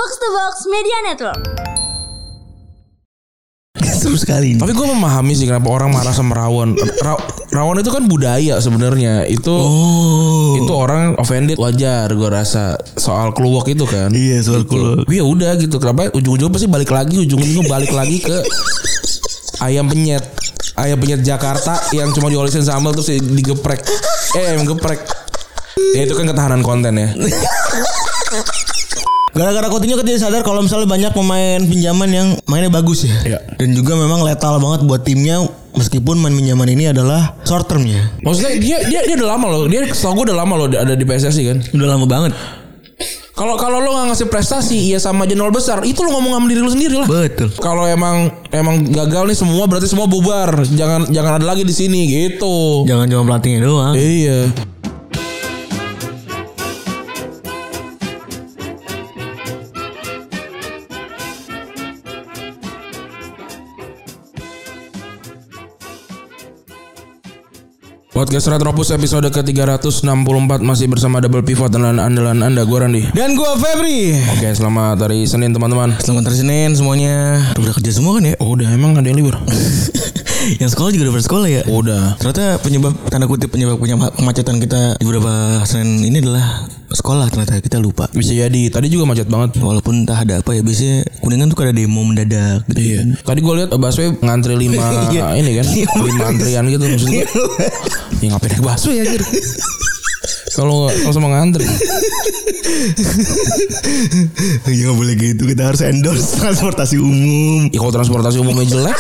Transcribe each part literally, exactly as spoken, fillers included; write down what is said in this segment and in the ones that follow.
Box to Box Media Network. Seru sekali. Tapi gue memahami sih kenapa orang marah sama rawon. Ra- rawon itu kan budaya sebenarnya. Itu oh. itu orang offended wajar gue rasa soal kluwok itu kan. Iya soal kluwok. Ya udah gitu. Kenapa ujung-ujungnya pasti balik lagi ujung-ujungnya balik lagi ke ayam penyet. Ayam penyet Jakarta yang cuma diolesin sambal terus digeprek. Eh ayam geprek. Ya itu kan ketahanan konten ya. Gara-gara Coutinho kan dia sadar kalau misalnya banyak pemain pinjaman yang mainnya bagus ya. Iya. Dan juga memang letal banget buat timnya meskipun main pinjaman ini adalah short termnya. Maksudnya dia dia dia udah lama loh. Dia setahu gue udah lama loh ada di P S S I kan. Udah lama banget. Kalau kalau lo nggak ngasih prestasi ya sama aja nol besar. Itu lo ngomong sama diri lo sendiri lah. Betul. Kalau emang emang gagal nih semua berarti semua bubar. Jangan jangan ada lagi di sini gitu. Jangan cuma pelatihnya doang. Iya. Podcast Retropus episode ke tiga ratus enam puluh empat masih bersama Double Pivot dan andalan Anda, gue Randi. Dan gue Febri. Oke, selamat hari Senin teman-teman. Selamat hari Senin semuanya. Udah kerja semua kan ya? Oh, udah, emang ada yang libur? Yang sekolah juga udah bersekolah ya? Udah. Ternyata penyebab, tanda kutip penyebab kemacetan kita di beberapa Senin ini adalah sekolah, ternyata kita lupa. Bisa jadi. Tadi juga macet banget. Walaupun entah ada apa ya, biasanya Kuningan tuh ada demo mendadak gitu. Iya. Tadi gue lihat busway ngantri lima ini kan, lima antrian gitu maksudnya. Ya ngapain naik busway ya kira. Kalau kalau sama ngantri. Ya nggak boleh gitu, kita harus endorse transportasi umum. Ya kalau transportasi umumnya jelek,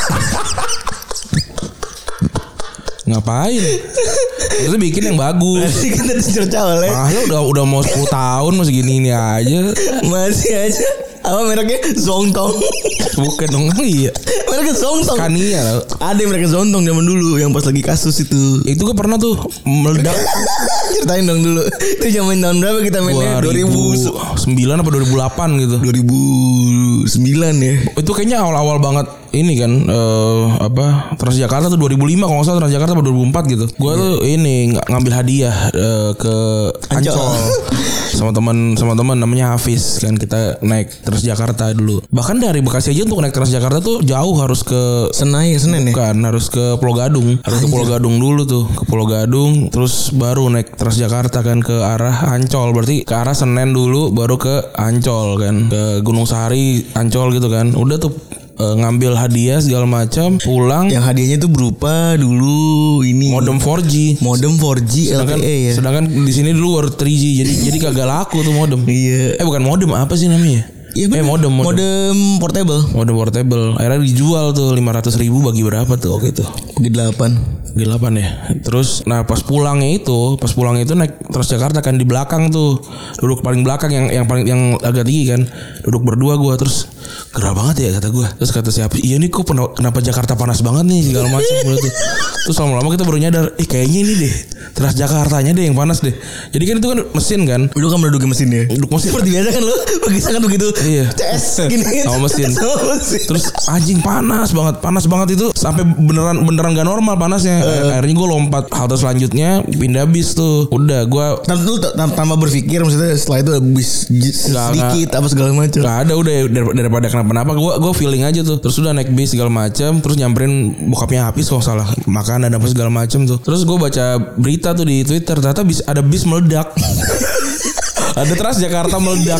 ngapain? Kita bikin yang bagus. Kita dicerca oleh. Ah, udah udah mau sepuluh tahun masih gini ini aja. Masih aja. Apa mereknya? Zongtong. Bukan dong, iya. Mereknya Zongtong. Scania loh. Ada yang mereka Zongtong zaman dulu yang pas lagi kasus itu. Itu gue pernah tuh meledak. Ceritain dong dulu. Itu zaman tahun berapa kita mainnya? dua ribu sembilan apa dua ribu delapan gitu. dua ribu sembilan ya. Itu kayaknya awal-awal banget ini kan uh, apa Transjakarta tuh dua ribu lima kalau nggak salah, Transjakarta apa dua ribu empat gitu. Gue yeah. tuh ini ng- ngambil hadiah uh, ke Ancol, Ancol. sama teman sama teman namanya Hafiz kan, kita naik Transjakarta dulu. Bahkan dari Bekasi aja untuk naik Transjakarta tuh jauh, harus ke Senayan, Senen ya? Bukan, harus ke Pulau Gadung. Harus Anjir. ke Pulau Gadung dulu tuh, ke Pulau Gadung terus baru naik Transjakarta kan ke arah Ancol. Berarti ke arah Senen dulu baru ke Ancol kan, ke Gunung Sahari, Ancol gitu kan. Udah tuh ngambil hadiah segala macam, pulang. Yang hadiahnya tuh berupa dulu ini modem empat G, modem empat G sedangkan, L T E ya. Sedangkan di sini dulu baru tiga G, jadi jadi kagak laku tuh modem. Iya. Eh bukan modem, apa sih namanya? Iya, eh modem, modem modem portable. Modem portable. Akhirnya dijual tuh lima ratus ribu bagi berapa tuh waktu itu? Bagi delapan. Bagi delapan ya. Terus nah pas pulangnya itu, pas pulangnya itu naik Transjakarta kan di belakang tuh. Duduk paling belakang yang yang paling yang agak tinggi kan. Duduk berdua gua, terus gerah banget ya kata gua. Terus kata siapa? Iya nih kok kenapa Jakarta panas banget nih segala macam gitu. Terus lama-lama kita baru nyadar, eh kayaknya ini deh Transjakartanya deh yang panas deh. Jadi kan itu kan mesin kan. Lu kan menduduki mesin ya. Duduk mesin. Seperti biasa kan lu. Bagi sangat begitu. Iya. C S gini. Sama mesin. Terus anjing panas banget, panas banget itu sampai beneran beneran gak normal panasnya. Uh. Akhirnya gue lompat halte selanjutnya, pindah bis tuh. Udah gue Tentu tanpa berpikir maksudnya setelah itu bis sedikit apa segala macam. Gak ada, udah daripada kenapa-napa gue gue feeling aja tuh. Terus udah naik bis segala macam, terus nyamperin bokapnya Hafiz kalau salah, makanan apa segala macam tuh. Terus gue baca berita tuh di Twitter, ternyata bis ada bis meledak. Ada Transjakarta meledak.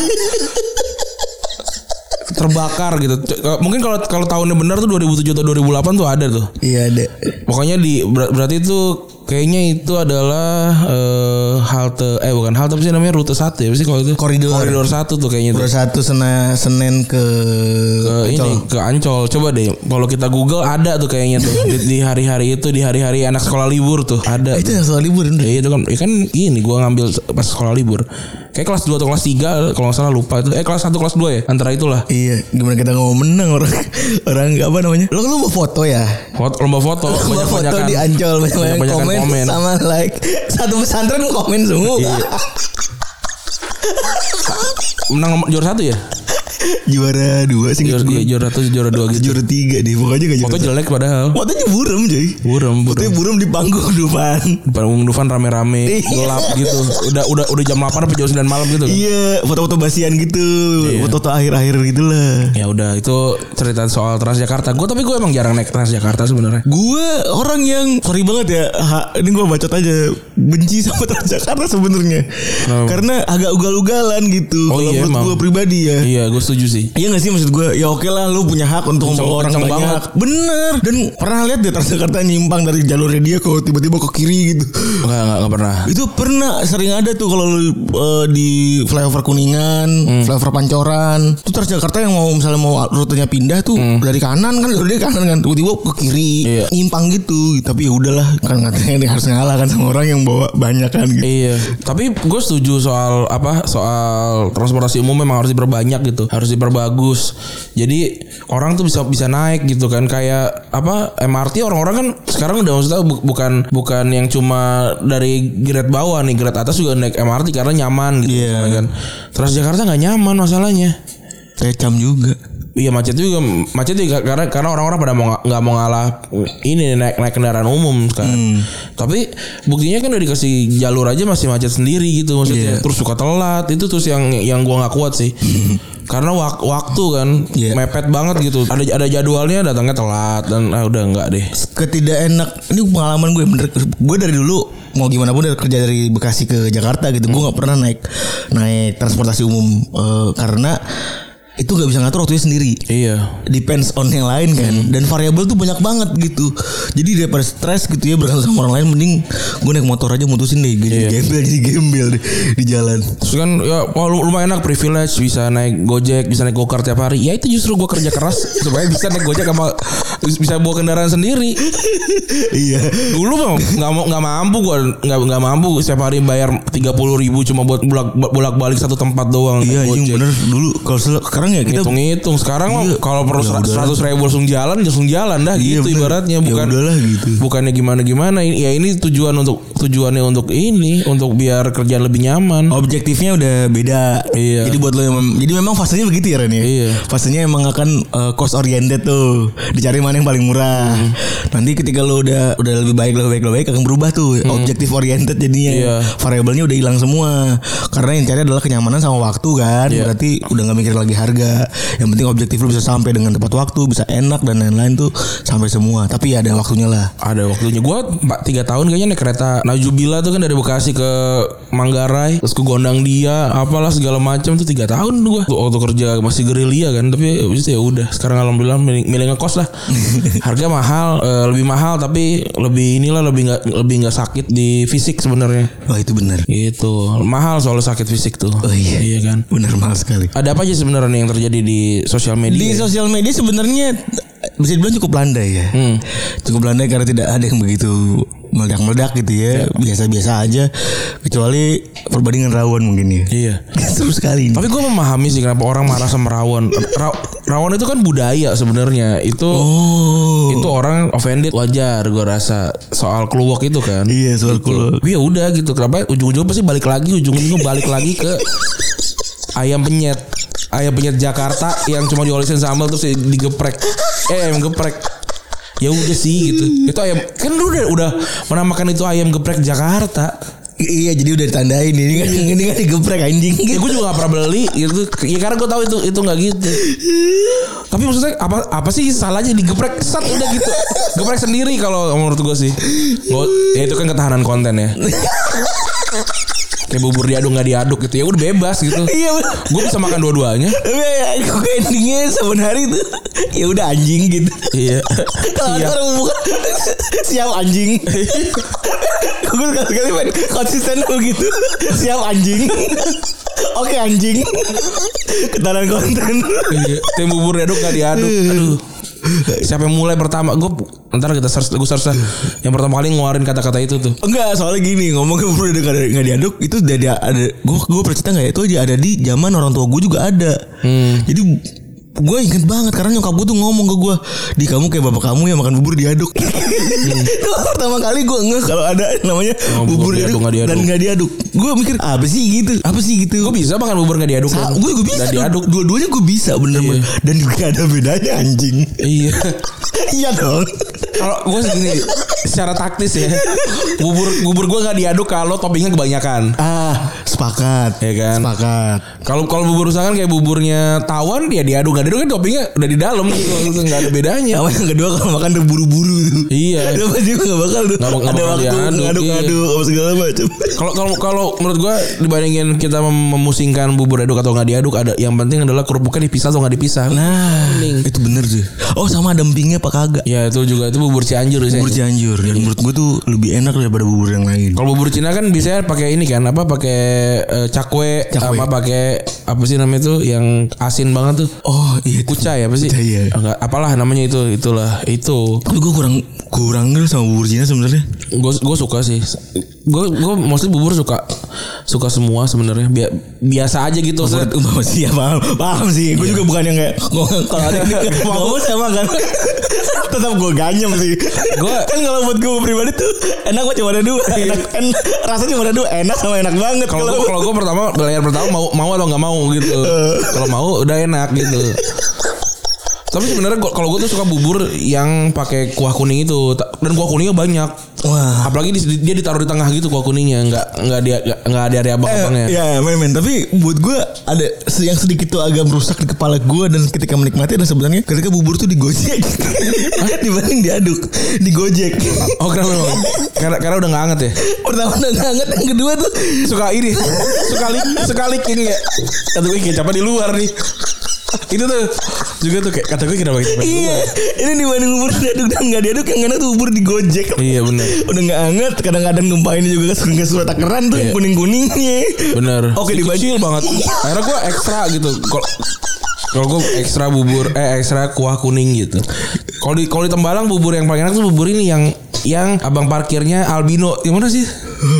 Terbakar gitu. Mungkin kalau kalau tahunnya benar tuh dua ribu tujuh atau dua ribu delapan tuh ada tuh. Iya ada. Pokoknya di ber- berarti itu kayaknya itu adalah uh, halte eh bukan halte apa sih namanya, rute satu ya sih kalau itu. Koridor. Koridor satu tuh kayaknya. Koridor satu Sena, Senen ke ke Ancol. ini ke Ancol. Coba deh kalau kita Google ada tuh kayaknya tuh di, di hari-hari itu, di hari-hari anak sekolah libur tuh ada. Itu yang sekolah libur ya, itu kan ya kan ini gua ngambil pas sekolah libur. Kayak kelas dua atau kelas tiga kalau enggak salah, lupa itu. Eh kelas satu kelas dua ya, antara itulah. Iya, gimana kita mau menang orang orang apa namanya? Lo lu mau foto ya? Foto, lomba foto, lomba foto di Ancol, banyak banyak komen, komen sama like. Satu pesantren komen semua. Iya. Menang juara satu ya? Juara dua sih. Juara, iya, juara satu, juara dua gitu. Juara tiga deh. Pokoknya gak foto jelek padahal. Fotonya buram coy. Buram, buram. Fotonya buram di panggung Dufan. Panggung Dufan rame-rame, gelap gitu. Udah udah udah jam delapan sampai jam sembilan malam gitu. Iya, foto-foto basian gitu. Iya. Foto-foto akhir-akhir gitu lah. Ya udah itu cerita soal Transjakarta. Gue tapi gue emang jarang naik Transjakarta sebenarnya. Gue orang yang sorry banget ya. Ha, ini gue bacot aja. Benci sama Transjakarta sebenarnya. Oh. Karena agak ugal-ugalan gitu. Oh, kalau iya, menurut gue pribadi ya. Iya, gue setuju sih. Iya gak sih, maksud gue ya oke lah lu punya hak untuk membawa orang banyak banget. Bener. Dan pernah lihat deh Transjakarta nyimpang dari jalurnya dia kok tiba-tiba ke kiri gitu. Enggak, enggak, enggak pernah. Itu pernah sering ada tuh kalau lu uh, di flyover Kuningan, hmm. flyover Pancoran. Itu Transjakarta yang mau misalnya mau rutenya pindah tuh hmm. dari kanan kan, dari kanan kan tiba-tiba ke kiri. Iya. Nyimpang gitu. Tapi ya udahlah kan katanya ini harus ngalah kan sama orang yang bawa banyak kan gitu. Iya. Tapi gue setuju soal apa? Soal transportasi umum memang harus diperbanyak gitu. Harus diperbagus. Jadi orang tuh bisa bisa naik gitu kan, kayak apa M R T orang-orang kan sekarang udah maksudnya bu- bukan bukan yang cuma dari grade bawah nih, grade atas juga naik M R T karena nyaman gitu. Yeah. Kan. Transjakarta nggak nyaman masalahnya. Tecam juga. Iya macet juga, macet juga karena karena orang-orang pada mau nggak mau ngalah ini naik naik kendaraan umum sekarang. Hmm. Tapi buktinya kan udah dikasih jalur aja masih macet sendiri gitu maksudnya. Yeah. Terus suka telat, itu terus yang yang gua nggak kuat sih. Karena wak- waktu kan yeah. mepet banget gitu. Ada ada jadwalnya datangnya telat dan ah, udah enggak deh. Ketidakenak ini pengalaman gue bener. Gue dari dulu mau gimana pun dari kerja dari Bekasi ke Jakarta gitu, hmm. gue nggak pernah naik naik transportasi umum uh, karena itu gak bisa ngatur waktunya sendiri. Iya. Depends on yang lain kan. Hmm. Dan variabel tuh banyak banget gitu. Jadi daripada stres gitu ya bergantung sama orang lain, mending gue naik motor aja mutusin deh. Jadi iya. gembel jadi gembel deh di jalan. Terus kan ya oh, lumayan enak privilege, bisa naik Gojek, bisa naik Gokar tiap hari. Ya itu justru gue kerja keras supaya bisa naik Gojek sama bisa bawa kendaraan sendiri. Iya. Dulu mah nggak mau nggak mampu gue nggak nggak mampu setiap hari bayar tiga puluh ribu cuma buat bolak bolak balik satu tempat doang. Iya anjing bener dulu kalau sekarang ya kita hitung-hitung sekarang iya, kalau perlu seratus ribu langsung jalan langsung jalan dah iya, gitu bener. Ibaratnya bukan ya gitu. Bukannya gimana-gimana ya ini tujuan untuk tujuannya untuk ini untuk biar kerjaan lebih nyaman. Objektifnya udah beda. Iya. Jadi buat lo yang jadi memang fasenya begitu ya Ren ya. Iya. Fasenya emang akan uh, cost oriented tuh, dicari mana yang paling murah. Hmm. Nanti ketika lo udah udah lebih baik lebih baik lebih baik akan berubah tuh hmm. objektif oriented jadinya. Iya. Variabelnya udah hilang semua karena yang cari adalah kenyamanan sama waktu kan. Iya. Berarti udah nggak mikir lagi harga. Yang penting objektif lu bisa sampai dengan tepat waktu, bisa enak dan lain-lain tuh sampai semua. Tapi ya ada waktunya lah. Ada waktunya. Gua tiga tahun kayaknya naik kereta Najubila tuh kan dari Bekasi ke Manggarai, terus ke Gondang Dia, apalah segala macam tuh tiga tahun gua. Waktu kerja masih gerilya kan, tapi ya udah. Sekarang alhamdulillah milih, milih ngekos lah. Harga mahal, e, lebih mahal tapi lebih inilah lebih nggak lebih nggak sakit di fisik sebenarnya. Oh itu benar. Gitu. Mahal soal sakit fisik tuh. Oh iya. Iya kan. Benar mahal sekali. Ada apa aja sebenarnya yang terjadi di sosial media? Di sosial media sebenarnya bisa dibilang cukup landai ya. Hmm. Cukup landai karena tidak ada yang begitu meledak-meledak gitu ya. Biasa-biasa aja. Kecuali perbandingan rawon mungkin ya. Iya. Seru sekali. Tapi gue memahami sih kenapa orang marah sama rawon. Ra- rawon itu kan budaya sebenarnya. Itu oh. itu orang offended wajar gue rasa soal kluwek itu kan. Iya soal gitu. Kluwek. Ya udah gitu. Kenapa ujung-ujungnya pasti balik lagi, ujung-ujungnya balik lagi ke ayam penyet. Ayam penyet Jakarta yang cuma diolesin sambal terus digeprek. Eh ayam geprek. Ya udah sih gitu. Itu ayam kan lu udah udah menamakan itu ayam geprek Jakarta. Iya jadi udah ditandain ini kan ini kan digeprek anjing. Ya gue juga gak pernah beli gitu. Ya karena gue tahu itu itu nggak gitu. Tapi maksudnya apa apa sih salahnya digeprek sat udah gitu. Geprek sendiri kalau menurut gue sih. Gua, ya itu kan ketahanan konten ya. Kayak bubur diaduk nggak diaduk gitu ya udah bebas gitu. Iya. Gue bisa makan dua-duanya. Gue endingnya sebenarnya itu ya udah anjing gitu. Iya. Kalau ada bukan siap anjing. Gue sekali-kali main konsisten begitu. Siap anjing. Oke anjing. Ketahanan konten. Iya. Kayak bubur diaduk nggak diaduk. Aduh. Siapa yang mulai pertama? Gue ntar kita search, gue search lah. Yang pertama kali ngeluarin kata-kata itu tuh. Enggak, soalnya gini ngomong ke bubur nggak diaduk itu udah ada. ada gue gue percaya nggak ya, itu aja ada di zaman orang tua gue juga ada. Hmm. Jadi gue inget banget karena nyokap gue tuh ngomong ke gue, di kamu kayak bapak kamu yang makan bubur diaduk. Hmm. Itu pertama kali gue ngeh kalau ada namanya oh, bubur diaduk, diaduk dan nggak diaduk. Gue mikir apa sih gitu, apa sih gitu. Gue bisa makan bubur nggak diaduk. Sa- gue gue bisa. Nggak diaduk. Dua-duanya gue bisa bener-bener. Iya. Dan gak ada bedanya anjing. Iya. Iya dong. Kalau gue segini, secara taktis ya, bubur bubur gue nggak diaduk kalau toppingnya kebanyakan. Ah, sepakat. Ya kan. Sepakat. Kalau kalau bubur misalkan kayak buburnya tawon, ya diaduk nggak diaduk kan toppingnya udah di dalam gitu, nggak ada bedanya. Sama yang kedua kalau makan udah buru-buru tuh. Iya. Dia pasti nggak bakal tuh. Ada waktu ngaduk-ngaduk apa segala macam. Kalau kalau kalau menurut gue dibandingin kita memusingkan bubur aduk atau nggak diaduk, ada yang penting adalah kerupuknya dipisah atau nggak dipisah. Nah, Mending. Itu bener sih. Oh sama ada empingnya apa kagak? Ya itu juga itu bubur Cianjur. Bubur Cianjur. Dan menurut gue tuh lebih enak daripada bubur yang lain. Kalau bubur Cina kan biasanya pakai ini kan apa pakai uh, cakwe, cakwe sama pakai apa sih namanya itu yang asin banget tuh. Oh iya. Kucai apa sih? Kucai, iya. Enggak, apalah namanya itu itulah itu. Tapi gue kurang kurang gel sama bubur Cina sebenarnya. Gue gue suka sih. Gue gue mostly bubur suka suka semua sebenarnya. Bi biasa aja gitu. Umum sih ya paham paham sih. Gue juga bukan yang kayak kalau ada mau sama kan. Tetap gue ganyem sih. Gue kan kalau buat gue pribadi tuh enak mah cuma ada dua. Enak kan rasanya cuma ada dua. Enak sama enak banget. Kalau gue kalau gue pertama belajar pertama mau mau atau nggak mau gitu. Kalau mau udah enak gitu. Tapi sebenarnya kalau gue tuh suka bubur yang pakai kuah kuning itu dan kuah kuningnya banyak. Wah. Apalagi dia ditaruh di tengah gitu kuah kuningnya, nggak nggak dia nggak ada area abang-abangnya. Eh, ya main-main. Tapi buat gue ada yang sedikit tuh agak merusak di kepala gue dan ketika menikmati dan sebenarnya ketika bubur tuh digojek dibanding diaduk, digojek. Oh kenapa? karena karena udah nggak anget ya. Pertama udah nggak anget, yang kedua tuh suka ini, suka lik, suka licin ya. Kata gue kecapnya di luar nih. Itu tuh juga tuh kayak kata gue kenapa gitu. Iya. Ini dibanding bubur diaduk dan nggak diaduk yang enak tuh bubur digojek. Iya benar. Udah nggak anget, kadang-kadang numpainnya juga nggak surat takaran tuh iya. Kuning kuningnya. Bener. Oke dibanding banget. Akhirnya gue ekstra gitu. Kalau gue ekstra bubur eh ekstra kuah kuning gitu. Kalau di kalau di Tembalang bubur yang paling enak tuh bubur ini yang yang abang parkirnya albino. Yang mana sih?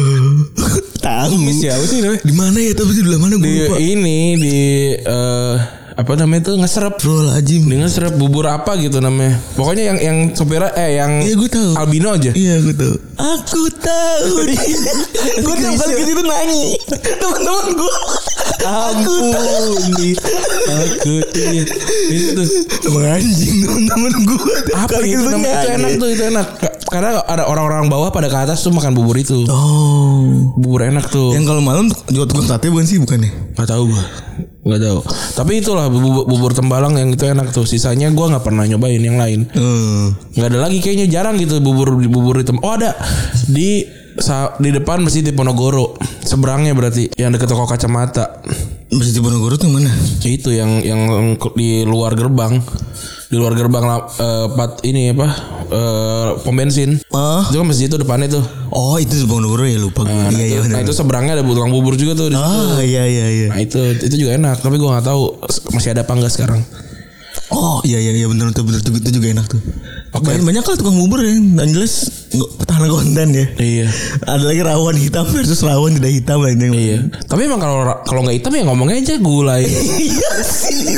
Tahu. Siapa sih namanya? Di mana ya? Tapi di mana gue lupa. Ini di uh, apa namanya itu ngeserap Astagfirullahaladzim. Dia ngeserap bubur apa gitu namanya. Pokoknya yang yang sopirnya eh yang iya, gue tahu. albino aja. Iya gue tahu. Aku tahu. Gue tiap kali ke situ nyanyi. Teman-teman gue. Aku tahu nih. Aku tahu. Itu teman anjing teman-teman gue. Apa itu namanya? Itu enak tuh itu enak. Karena ada orang-orang bawah pada ke atas tuh makan bubur itu. Oh, bubur enak tuh. Yang kalau malam juga tukang sate bukan sih bukannya? Gak tahu gue. Gak tahu. Tapi itulah bubur, bubur Tembalang yang itu enak tuh. Sisanya gue nggak pernah nyobain yang lain. Hmm. Gak ada lagi kayaknya jarang gitu bubur bubur di Tembalang. Oh ada di di depan Masjid Diponegoro. Seberangnya berarti yang dekat toko kacamata. Masjid Diponegoro tuh mana? Itu yang yang di luar gerbang. Di luar gerbang uh, pat ini apa uh, pom bensin. Uh. Itu kan masjid itu depannya tuh. Oh itu Diponegoro ya lupa. Nah, iya, iya, nah itu seberangnya ada tukang bubur juga tuh. Ah iya iya iya. Nah itu itu juga enak. Tapi gue nggak tahu masih ada apa enggak sekarang. Oh iya iya iya benar benar itu itu juga enak tuh. Okay. Banyak banyak lah tukang bubur ya. Dan jelas petahana konten ya. Iya. Ada lagi rawon hitam versus rawon tidak hitam lah ini. Iya. Tapi emang kalau kalau nggak hitam ya ngomongnya aja gulai. Iya sih.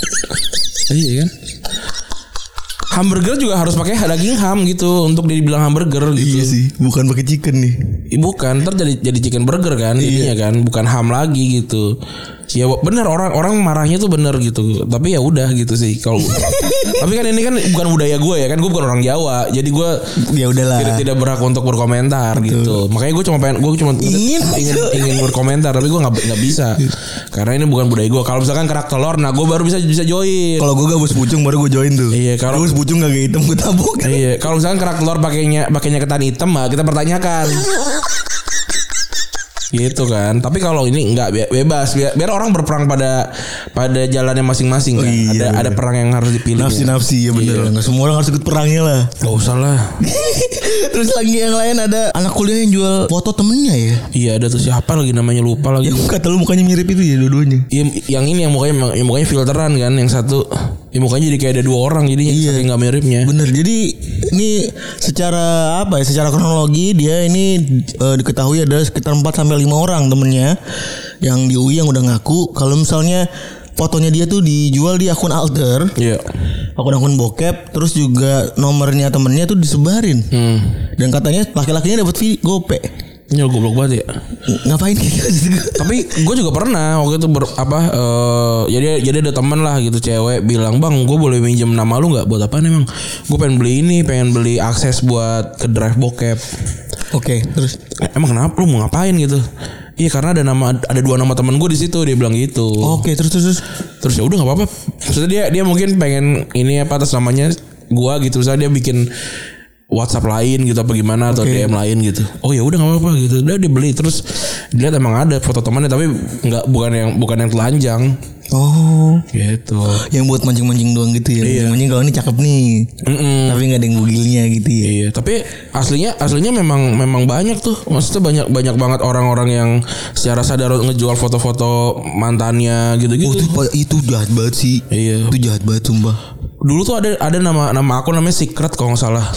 Iya kan. Hamburger juga harus pakai daging ham gitu untuk dibilang hamburger gitu. Iya sih, bukan pakai chicken nih. Bukan, ntar jadi jadi chicken burger kan, jadinya iya. Kan, bukan ham lagi gitu. Ya benar orang orang marahnya tuh benar gitu. Tapi ya udah gitu sih kalau. Tapi kan ini kan bukan budaya gue ya kan, gue bukan orang Jawa. Jadi gue ya udahlah. Tidak, tidak berhak untuk berkomentar. Betul. Gitu. Makanya gue cuma pengen gue cuma ingin ingin, ingin berkomentar tapi gue nggak nggak bisa. Karena ini bukan budaya gue. Kalau misalkan kerak telur, nah gue baru bisa bisa join. Kalau gue gabus pucung baru gue join tuh. Iya, kalau gabus pucung gak hitam gue tabuk. Iya, kalau misalkan kerak telur pakainya pakainya ketan hitam mah kita pertanyakan. Gitu kan. Tapi kalau ini enggak bebas biar, biar orang berperang pada pada jalannya masing-masing kan. Oh, iya, ada bener. Ada perang yang harus dipilih. Nafsi-nafsi ya benar. Enggak iya. Semua orang harus ikut perangnya lah. Enggak usah lah. Terus lagi yang lain ada anak kuliah yang jual foto temennya ya. Iya ada tuh siapa lagi namanya lupa lagi. Yang kata lu mukanya mirip itu ya dua-duanya. Iya yang ini yang mukanya yang mukanya filteran kan, yang satu ya mukanya jadi kayak ada dua orang jadinya iya. Saking enggak miripnya. Bener. Jadi ini secara apa ya? Secara kronologi dia ini uh, diketahui ada sekitar empat sampai lima orang temennya yang di U I yang udah ngaku kalau misalnya fotonya dia tuh dijual di akun alter, yeah. akun-akun bokep, terus juga nomornya temennya tuh disebarin, hmm. dan katanya laki-lakinya dapat gope. Ya goblok banget ya. Ngapain gitu? Tapi gue juga pernah waktu itu ber, apa uh, jadi jadi ada teman lah gitu cewek bilang, "Bang, gue boleh minjem nama lu nggak? Buat apa emang? Gue pengen beli ini, pengen beli akses buat ke drive bokep." Oke, terus emang kenapa lu mau ngapain gitu? Iya karena ada nama ada dua nama teman gue di situ, dia bilang gitu. Oke, terus terus terus ya udah nggak apa-apa. Maksudnya dia dia mungkin pengen ini apa atas namanya gue gitu, misalnya dia bikin WhatsApp lain gitu apa gimana atau okay. D M lain gitu. Oh ya udah nggak apa-apa gitu. Udah dibeli terus dilihat emang ada foto temannya tapi nggak bukan yang bukan yang telanjang. Oh, gitu. Yang buat mancing-mancing doang gitu ya. Iya. Mancing kalau ini cakep nih. Mm-mm. Tapi nggak ada yang bugilnya gitu ya. Iya. Tapi aslinya aslinya memang memang banyak tuh. Maksudnya banyak banyak banget orang-orang yang secara sadar ngejual foto-foto mantannya gitu-gitu. Oh, itu, itu jahat banget sih. Iya. Itu jahat banget sumpah. Dulu tuh ada ada nama nama akun namanya Secret kalau nggak salah.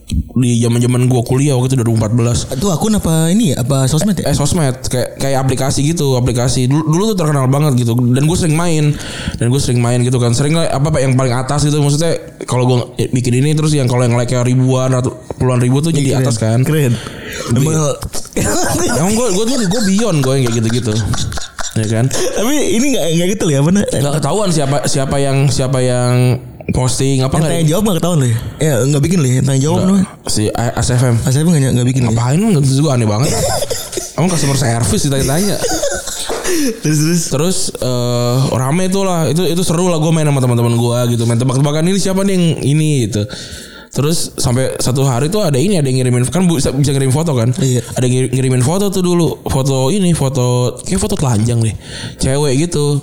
Di zaman-zaman gua kuliah waktu itu dua ribu empat belas. Itu akun apa ini ya? Apa sosmed ya? Eh sosmed kayak kayak aplikasi gitu, aplikasi. Dulu, dulu tuh terkenal banget gitu dan gue sering main. Dan gue sering main gitu kan. Sering apa Pak yang paling atas gitu maksudnya kalau gua bikin ini terus yang kalau yang like-nya ribuan atau puluhan ribu tuh jadi atas kan. Keren. Emang Emang gue gue tuh gue beyond gue yang kayak gitu-gitu. Ya kan? Tapi ini enggak enggak gitu loh ya, benar. Enggak ketahuan siapa siapa yang siapa yang posting apa enggak? Tanya jawab enggak ketahuan loh ya? Ya enggak bikin loh ya, tanya jawab namanya. Si A S F M. A S F M enggak enggak bikin. Ngapain lu? Enggak juga aneh banget. Emang customer service ditanya-tanya. Terus terus terus uh, rame tuh lah. Itu itu seru lah gue main sama teman-teman gue gitu. Main tebak-tebakan ini siapa nih yang ini gitu. Terus sampai satu hari tuh ada ini ada yang ngirimin kan bisa bisa ngirim foto kan. Iya. Ada yang ngirimin foto tuh dulu. Foto ini foto kayak foto telanjang deh. Cewek gitu.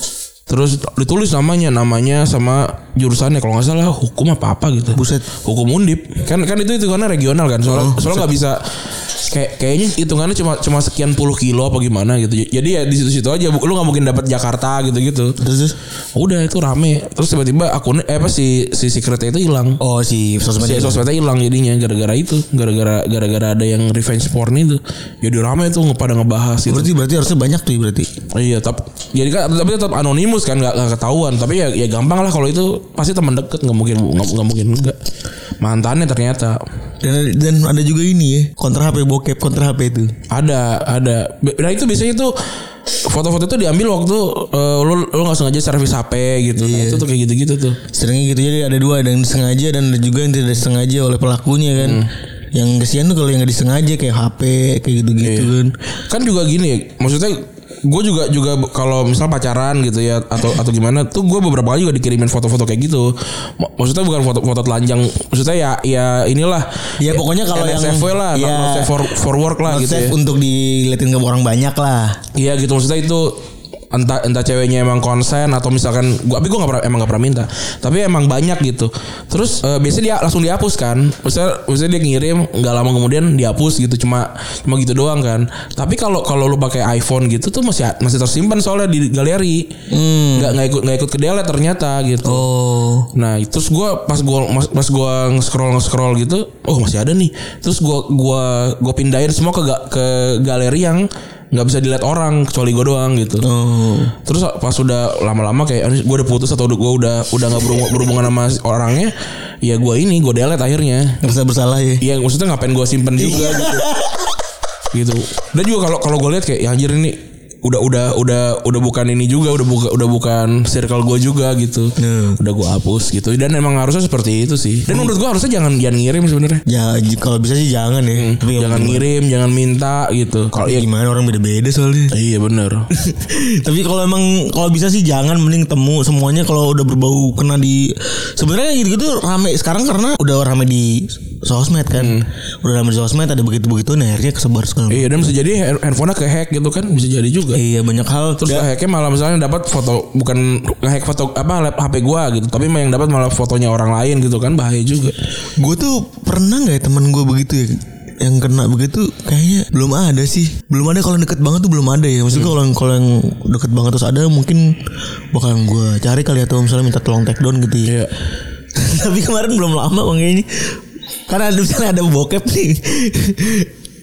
Terus ditulis namanya, namanya sama jurusannya kalau nggak salah hukum apa apa gitu. Buset. Hukum Undip. Kan kan itu hitungannya regional kan. Soalnya oh, soalnya nggak bisa kayak kayaknya hitungannya cuma cuma sekian puluh kilo apa gimana gitu. Jadi ya di situ-situ aja. Lu nggak mungkin dapat Jakarta gitu-gitu. Terus udah itu rame. Terus tiba-tiba akunnya eh apa si si secretnya itu hilang. Oh si sosmednya. Si sosmednya hilang jadinya gara-gara itu. Gara-gara gara-gara ada yang revenge porn itu. Jadi rame tuh pada ngebahas gitu. Berarti berarti harusnya banyak tuh berarti. Iya, tapi jadi kan tapi tetap anonimus kan nggak nggak ketahuan. Tapi ya ya gampang lah kalau itu pasti teman deket nggak mungkin nggak mungkin enggak. Mantannya ternyata. Dan dan ada juga ini ya kontra H P bokep kontra H P itu. Ada ada. Nah itu biasanya tuh foto-foto itu diambil waktu uh, lo lo nggak sengaja servis H P gitu. Iya. Nah, itu tuh kayak gitu-gitu tuh. Seringnya gitu jadi ada dua, ada yang disengaja dan ada juga yang tidak disengaja oleh pelakunya kan. Hmm. Yang kesian tuh kalau yang nggak disengaja kayak H P kayak gitu-gitu iya. kan. Kan juga gini, maksudnya gue juga juga kalau misal pacaran gitu ya atau atau gimana tuh gue beberapa kali juga dikirimin foto-foto kayak gitu. Maksudnya bukan foto-foto telanjang, maksudnya ya ya inilah. Ya pokoknya kalau yang N S F W lah, ya, not safe for, for work lah gitu ya. Untuk diliatin ke orang banyak lah. Iya gitu maksudnya itu. Entah entah ceweknya emang konsen atau misalkan gua tapi gua nggak pernah emang nggak pernah minta tapi emang banyak gitu. Terus uh, biasanya dia langsung dihapus kan, misalnya misalnya dia ngirim nggak lama kemudian dihapus gitu, cuma cuma gitu doang kan. Tapi kalau kalau lu pakai iPhone gitu tuh masih masih tersimpan soalnya di galeri, hmm. nggak nggak ikut nggak ikut ke delete ternyata gitu. Oh. Nah terus gua pas gua pas gua scroll scroll gitu, oh masih ada nih. Terus gua gua gua pindahin semua ke ke galeri yang nggak bisa dilihat orang kecuali gue doang gitu. Oh. Terus pas udah lama-lama kayak gue udah putus atau gue udah udah nggak berhubungan sama orangnya, ya gue ini gue delete akhirnya. Ngerasa bersalah ya? Iya maksudnya ngapain gue simpen juga gitu. Gitu. Dan juga kalau kalau gue lihat kayak ya anjir ini udah udah udah udah bukan ini juga udah buka udah bukan circle gue juga gitu. Hmm. Udah gue hapus gitu. Dan emang harusnya seperti itu sih. Dan menurut gue harusnya jangan jangan ngirim sebenarnya. Ya kalau bisa sih jangan ya. Hmm. Tapi jangan gimana? Ngirim, jangan minta gitu. Kalau ya gimana orang beda-beda soalnya. Iya benar. Tapi kalau emang kalau bisa sih jangan, mending temu semuanya kalau udah berbau kena di sebenarnya gitu-gitu rame sekarang karena udah rame di sosmed kan. Hmm. Udah rame di sosmed ada begitu-begitu nah akhirnya kesebar sekali. Iya dan bisa jadi handphonenya kehack gitu kan, bisa jadi juga. Iya banyak hal. Terus ngehacknya malah misalnya dapat foto, bukan ngehack foto apa H P gua gitu, tapi yang dapat malah fotonya orang lain gitu kan, bahaya juga. Gue tuh pernah nggak ya teman gue begitu ya, yang kena begitu kayaknya belum ada sih, belum ada. Kalau deket banget tuh belum ada ya. Maksudnya kalau hmm. kalau yang deket banget terus ada mungkin bakalan gue cari kali atau misalnya minta tolong take down gitu ya. Yeah. Tapi kemarin belum lama bang kayaknya. Karena ada misalnya ada bokep nih.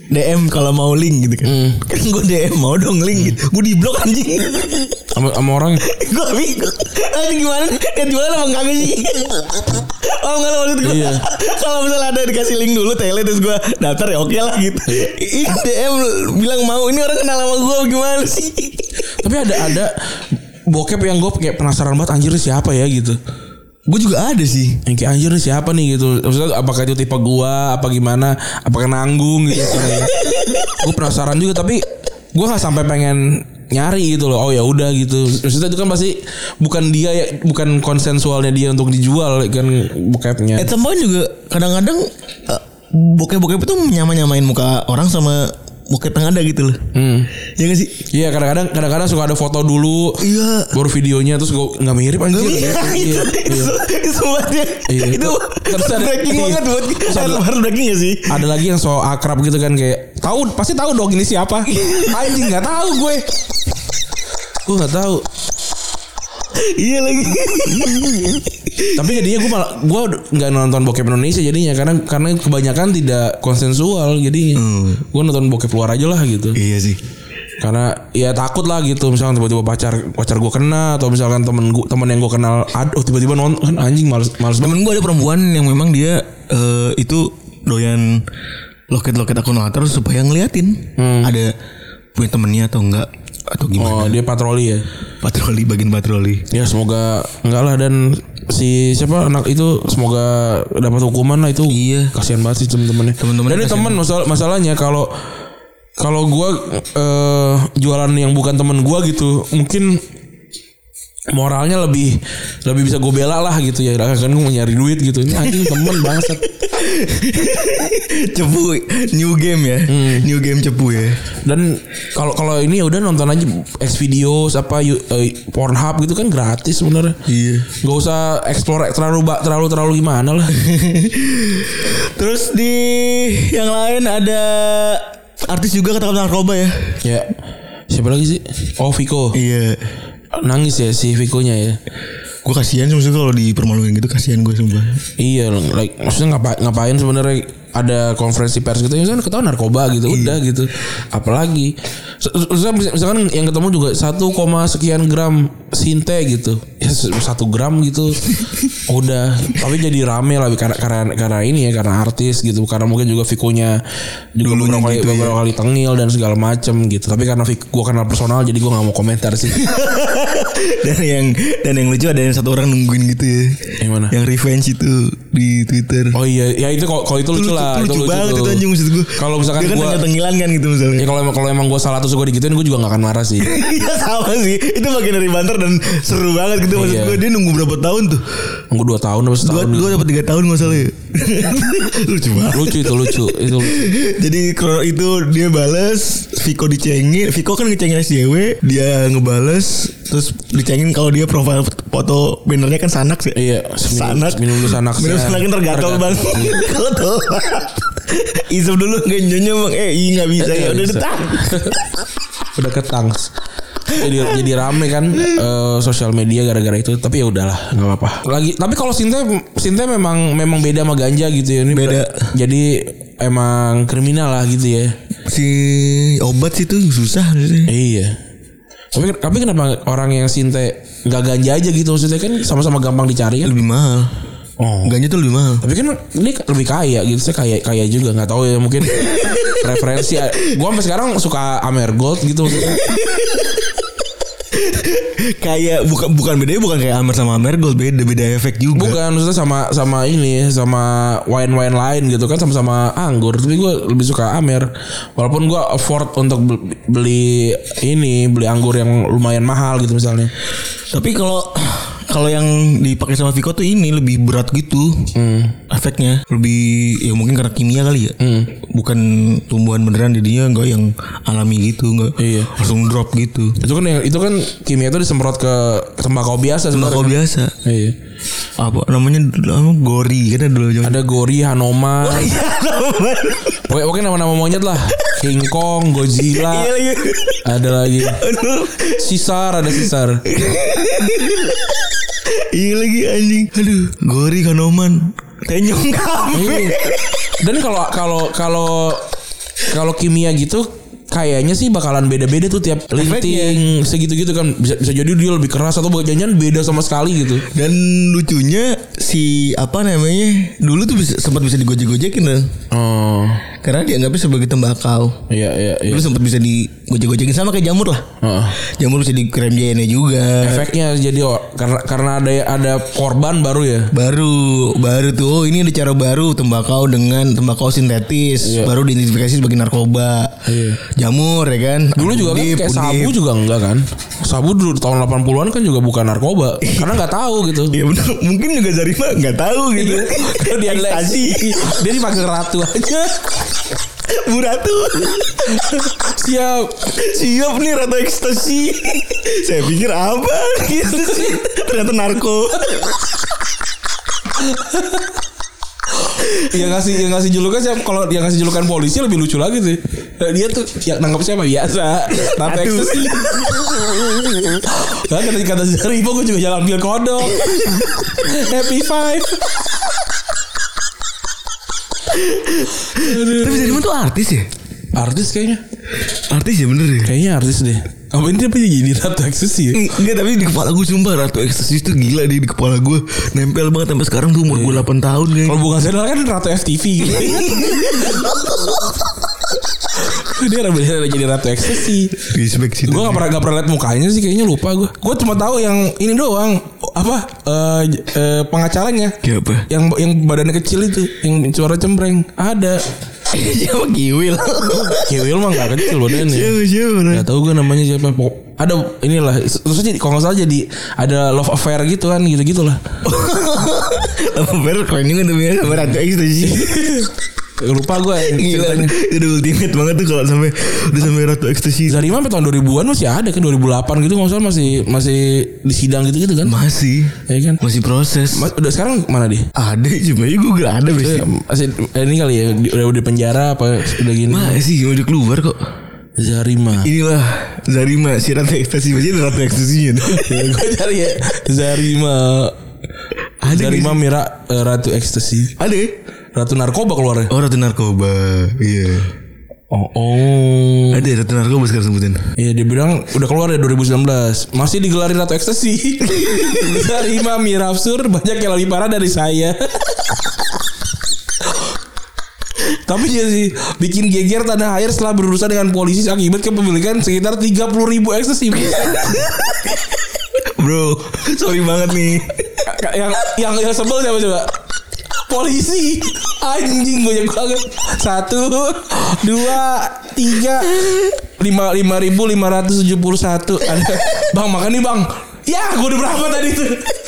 D M kalau mau link gitu kan. Hmm. Kan gue D M mau dong link gitu. Gue di blok anjing. Sama sama orang. Gue bingung. Anjing gimana? Ya gimana emang kagak sih? Oh enggak maksud gue. Iya. Kalau misalnya ada dikasih link dulu tele terus gue daftar ya oke lah gitu. Ini D M bilang mau, ini orang kenal sama gue gimana sih? Tapi ada ada bokep yang gue kayak penasaran banget anjir siapa ya gitu. Gue juga ada sih. Yang kayak anjir siapa nih gitu. Maksudnya apakah itu tipe gue, apa gimana, apakah nanggung gitu. Gue penasaran juga tapi gue nggak sampai pengen nyari gitu loh. Oh ya udah gitu. Maksudnya itu kan pasti bukan dia ya, bukan konsensualnya dia untuk dijual kan bokepnya. Eh teman juga kadang-kadang uh, bokep-bokep itu nyama-nyamain muka orang sama bokep yang ada gitu loh. Hmm. Ya gak sih? Iya kadang-kadang kadang-kadang suka ada foto dulu. Iya. Baru videonya terus gue nggak mirip anjir. Gak mirip. Iya. Itu semuanya. Itu breaking banget buat harus breaking ya sih. Ada lagi yang so akrab gitu kan kayak tahu pasti tahu dong ini siapa. Anjing nggak tahu gue. Gue nggak tahu. Iya lagi. Tapi jadinya gue malah gue nggak nonton bokep Indonesia jadinya karena karena kebanyakan tidak konsensual jadinya. Hmm. Gue nonton bokep luar aja lah gitu. Iya sih. Karena ya takut lah gitu misalkan tiba-tiba pacar pacar gue kena atau misalkan temen gue temen yang gue kenal aduh tiba-tiba nonton kan anjing males males. Temen gue ada perempuan yang memang dia uh, itu doyan loket-loket akun Twitter supaya ngeliatin hmm. ada punya temennya atau enggak atau gimana. Oh dia patroli ya. Patroli bagian patroli. Ya semoga enggak lah dan si siapa anak itu semoga dapat hukuman lah itu. Iya. Kasihan banget sih temen-temennya. Temen-temennya. Dan teman masalah masalahnya kalau kalau gue uh, jualan yang bukan temen gue gitu mungkin moralnya lebih lebih bisa gue bela lah gitu ya kan gue mau nyari duit gitu ini anjing temen bangsat. Cepu new game ya. Hmm. New game cepu ya. Dan kalau kalau ini ya udah nonton aja X videos apa uh, Pornhub gitu kan gratis sebenarnya. Iya. Gak usah explore terlalu terlalu terlalu gimana lah. Terus di yang lain ada artis juga ketangkap narkoba ya. Ya. Siapa lagi sih? Oh Viko. Iya. Nangis ya si Vikonya ya. Gue kasihan sih maksudnya kalau dipermaluin gitu kasihan gue sumpah. Iya, like maksudnya ngapain ngapain sebenarnya ada konferensi pers gitu ya kan ketahuan narkoba gitu iya. Udah gitu. Apalagi misalkan yang ketemu juga satu koma sekian gram sinte gitu. Ya satu gram gitu. Udah, tapi jadi rame lah karena karena karena ini ya karena artis gitu. Karena mungkin juga Vikonya juga beberapa kali, gitu beberapa ya. kali tengil dan segala macem gitu. Tapi karena gue kenal personal jadi gue enggak mau komentar sih. Dan yang dan yang lucu ada yang satu orang nungguin gitu ya. Yang mana? Yang revenge itu di Twitter. Oh iya, ya itu kalau itu lucu, lucu lah. Itu lucu, lucu banget itu anjing maksud gue. Kalau misalkan dia kan gue tengilan kan gitu misalnya. Ya kalau emang kalau emang gue salah terus gue digituin gue juga gak akan marah sih. Iya sama sih. Itu bagian dari banter dan seru banget gitu maksud iya. gue. Dia nunggu berapa tahun tuh? Nunggu dua tahun atau setahun. Dua dapat tiga tahun nggak salah ya. Lucu banget. Lucu itu lucu itu. Jadi itu dia balas, Viko dicengin. Viko kan ngecengin S J W, dia ngebales terus dicengin kalau dia profile foto bannernya kan Sanak sih. Iya, Sanak. Minum dulu Sanak. Minum Sanak kan tergatal bang. Kalau tuh isep dulu nggak nyonya bang. Eh iya nggak bisa ya udah detang. Udah ketang. Jadi jadi rame kan uh, sosial media gara-gara itu. Tapi ya udahlah nggak apa-apa. Lagi tapi kalau Sinte Sinte memang memang beda sama ganja gitu ya. Ini beda. Jadi emang kriminal lah gitu ya. Si obat sih tuh susah maksudnya. Iya. Tapi tapi kenapa orang yang Sinte nggak ganja aja gitu maksudnya kan sama-sama gampang dicari kan? Lebih mahal. Oh. Ganja tuh lebih mahal. Tapi kan ini lebih kaya gitu. Saya kaya kaya juga nggak tahu ya mungkin preferensi. Gua sampai sekarang suka Amer Gold gitu. Kayak bukan bukan bedanya bukan kayak Amer sama Amer Gold, beda beda efek juga. Bukan maksudnya sama sama ini sama wine-wine lain gitu kan sama-sama anggur. Tapi gue lebih suka Amer. Walaupun gue afford untuk beli ini beli anggur yang lumayan mahal gitu misalnya. Tapi kalau kalau yang dipakai sama Viko tuh ini lebih berat gitu hmm. efeknya lebih ya mungkin karena kimia kali ya hmm. bukan tumbuhan beneran jadinya enggak yang alami gitu enggak iya. langsung drop gitu itu kan itu kan kimia itu disemprot ke tembakau biasa tembakau biasa iya apa namanya gori kan dulu ada gori Hanoma oh, iya, oke oke nama-nama monyet lah King Kong Godzilla iya, ada lagi sisar ada sisar iya lagi anjing. Aduh, Gori Kanoman. Tenyong kami. Dan kalau kalau kalau kalau kimia gitu kayaknya sih bakalan beda-beda tuh tiap linting segitu-gitu kan, bisa bisa jadi dia lebih keras atau jangan beda sama sekali gitu. Dan lucunya si apa namanya dulu tuh bisa, sempat bisa digojek-gojekin kan. Oh. Karena dianggapnya sebagai tembakau. Iya iya iya. Dulu sempat bisa digojek-gojekin sama kayak jamur lah. Uh. Jamur bisa di krem J N E juga. Efeknya jadi oh, karena karena ada ada korban baru ya. Baru baru tuh oh ini ada cara baru tembakau dengan tembakau sintetis. Iya. Baru diidentifikasi sebagai narkoba. Iya. Jamur ya kan. Dulu juga kan kayak undip. Sabu juga enggak kan. Sabu dulu tahun delapan puluhan kan juga bukan narkoba. Karena enggak tahu gitu. Iya benar. Mungkin juga Zarima enggak tahu gitu. Karena dia ekstasi. Dia dipanggil ratu aja. Bu Ratu. Siap. Siap nih ratu ekstasi. Saya pikir apa gitu sih. Ternyata narko. Yang ngasih yang ngasih julukan siapa? Kalau yang ngasih julukan polisi lebih lucu lagi sih. Dia tuh yang nangkap siapa biasa. Ratu ekstasi. Kan kata kata Zarima gue juga jalan ambil kodok. Happy Five. Tapi Zarima tuh artis ya? Artis kayaknya. Artis ya bener ya? Kayaknya artis deh. Apa ini apa jadi ratu ekstasi ya? Enggak, tapi di kepala gue sumpah ratu ekstasi itu gila deh di kepala gue. Nempel banget sampai sekarang tuh umur gue delapan tahun kayaknya. Kalau bukan saya kan ratu F T V gitu. Dia bener-bener jadi ratu ekstasi. Respect sih. Gue gak pernah gak pernah liat mukanya sih, kayaknya lupa gue. Gue cuma tahu yang ini doang. Apa uh, uh, pengacaranya? Siapa? Yang yang badannya kecil itu, yang suara cempreng. Ada. Siapa Kiwil? Kiwil mah gak kecil badannya. Siapa siapa? Gak tahu gue namanya siapa. Ada inilah. Terus jadi kalau nggak salah jadi ada love affair gitu kan, gitu gitulah. Love affair keren juga tuh ya sama ratu ekstasi. Lupa gue gila, itu ultimate banget tuh kalau sampai udah sampai ratu ekstasi. Zarima sampai tahun dua ribuan masih ada kan, dua ribu delapan gitu nggak usah, masih masih di sidang gitu-gitu kan. Masih ya kan, masih proses. Mas, udah sekarang mana dia? Ada cuma ya gue gak ada masih. Masih eh, ini kali ya udah udah penjara apa udah gini. Masih udah keluar kok. Zarima. Inilah Zarima si ratu ekstasi, masih ratu ekstasinya. Gue cari ya Zarima. Ada Zarima Mira uh, ratu ekstasi. Ada ya? Ratu narkoba keluarnya. Oh ratu narkoba. Iya. Oh, oh. Ada ratu narkoba sekarang sebutin. Iya dia bilang udah keluar ya dua ribu sembilan belas. Masih digelarin ratu ekstasi. Zarima Mirafsur banyak yang lebih parah dari saya. Tapi dia sih bikin geger tanah air setelah berurusan dengan polisi akibat kepemilikan sekitar tiga puluh ribu ekstasi. Bro, sorry banget nih. Yang yang yang sebel siapa coba? Polisi. Anjing gue banget. Satu, dua, tiga, lima lima ribu lima ratus tujuh puluh satu. Bang makan nih bang. Ya, gue udah berapa tadi tuh?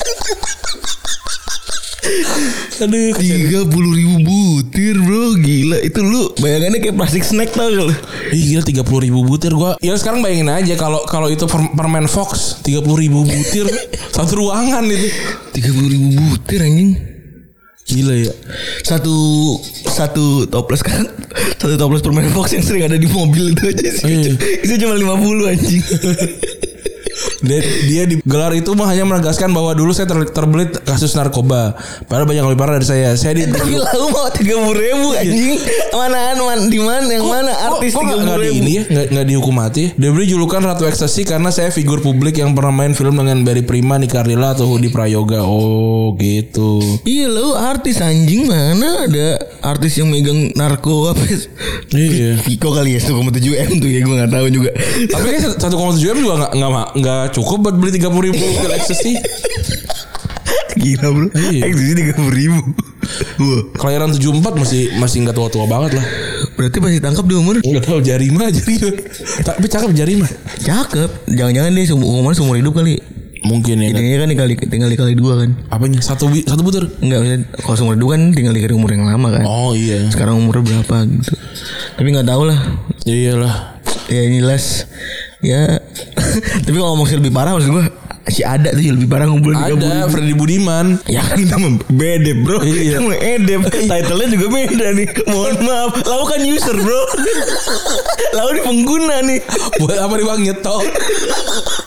Aduh, tiga puluh ribu butir bro, gila. Itu lu bayangannya kayak plastik snack tau gak lu? Ih gila tiga puluh ribu butir. Gua ya sekarang bayangin aja kalau kalau itu permen Fox tiga puluh ribu butir satu ruangan itu. Tiga puluh ribu butir anjing. Gila ya. Satu satu toples kan, satu toples permen Fox yang sering ada di mobil itu aja sih. Iya. Itu cuma lima puluh anjing. Dia, dia di gelar itu mah hanya menegaskan bahwa dulu saya ter, terbelit kasus narkoba. Padahal banyak lebih parah dari saya. Saya di eh, tapi lalu mau tiga puluh ribu anjing. Manaan man, di mana yang kok, mana artis tiga puluh ribu ini ya nggak nggak dihukum mati. Dia beri julukan ratu ekstasi karena saya figur publik yang pernah main film dengan Barry Prima, Nika Ardila atau Hudi Prayoga. Oh gitu. Iya lu artis anjing, mana ada artis yang megang narko apa? Iya. Viko kali ya satu koma tujuh M tuh ya, gue nggak tahu juga. Tapi kan satu koma tujuh M juga nggak nggak nggak cukup buat beli tiga puluh ribu pil ekstasi. Gila bro. Iya. Ekstasi tiga puluh ribu. Kelahiran tujuh puluh empat masih masih nggak tua-tua banget lah. Berarti masih tangkap di umur? Enggak tahu, Zarima Zarima. Tapi cakep Zarima. Cakep. Jangan-jangan dia umur seumur hidup kali. Mungkin ya. Ini kan dikali tinggal dikali dua kan. Apanya? Satu satu butir? Enggak, kalau seumur hidup kan tinggal dikali umur yang lama kan. Oh iya. Sekarang umurnya berapa gitu. Tapi nggak tahu lah. Iyalah. Ya ini jelas. Ya. Tapi kalau ngomong lebih parah maksud gue si ada tuh lebih parah ngumpulin ada Freddy Budiman. Ya kan kita mah beda bro. Iya. Kita edep. Title-nya juga beda nih. Mohon maaf. Lau kan user bro. Lau di pengguna nih. Buat apa nih bang, nyetok?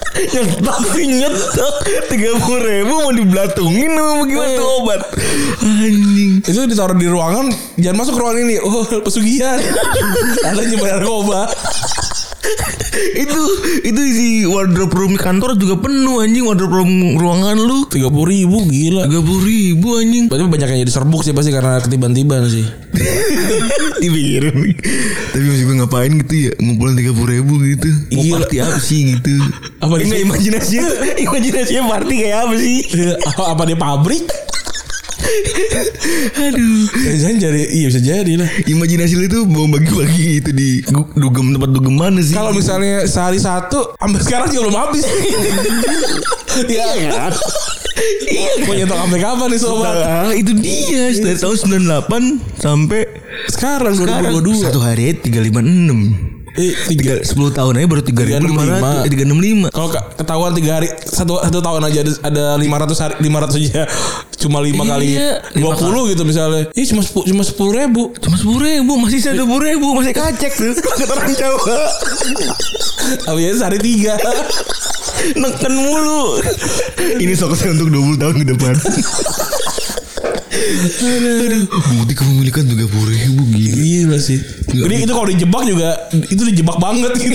Nyetok sih nyetok tiga puluh ribu mau diblatungin sama gimana tuh obat. Anjing. Itu ditaruh di ruangan, jangan masuk ruangan ini. Oh, pesugihan. Ada nyebar narkoba. itu itu isi wardrobe room kantor juga penuh anjing. Wardrobe room ruangan lu tiga puluh ribu gila. tiga puluh ribu anjing. Berarti banyak yang jadi serbuk sih pasti karena ketiban-tiban sih. Dipikirin. Tapi masih gue ngapain gitu ya, ngumpulin tiga puluh ribu gitu. Mau Gila. party apa sih gitu. Apa Enggak dia- imajinasinya Imajinasinya party kayak apa sih. apa, apa di pabrik? Aduh. Jangan jadi, iya bisa jadi lah. Imajinasi lu itu mau bagi-bagi itu di gu- dugem tempat dugem mana sih? Kalau misalnya sehari satu, sampai sekarang juga belum habis. Iya kan? Iya. Mau nyetok sampai kapan nih sobat? Nah, itu dia dari tahun sembilan puluh delapan sampai Sekarang dua ribu sekarang dua puluh dua. satu hari tiga lima enam. Eh, tiga. Sepuluh tahun aja baru tiga ribu lima ratus tiga enam lima. Kalau ke- ketahuan tiga hari satu satu tahun aja ada, ada lima ratus hari lima ratus aja cuma lima Iya, kali dua puluh gitu misalnya. Ih cuma sepuluh cuma sepuluh ribu. Cuma sepuluh ribu masih saya dua puluh ribu masih kacek tuh. Kata orang Jawa. Tapi ya sehari tiga. Neken mulu. Ini sokosnya untuk dua puluh tahun ke depan. Aduh, bukti kepemilikan tiga puluh ribu gila. Gila sih. Jadi itu kalau dijebak juga itu dijebak banget gitu.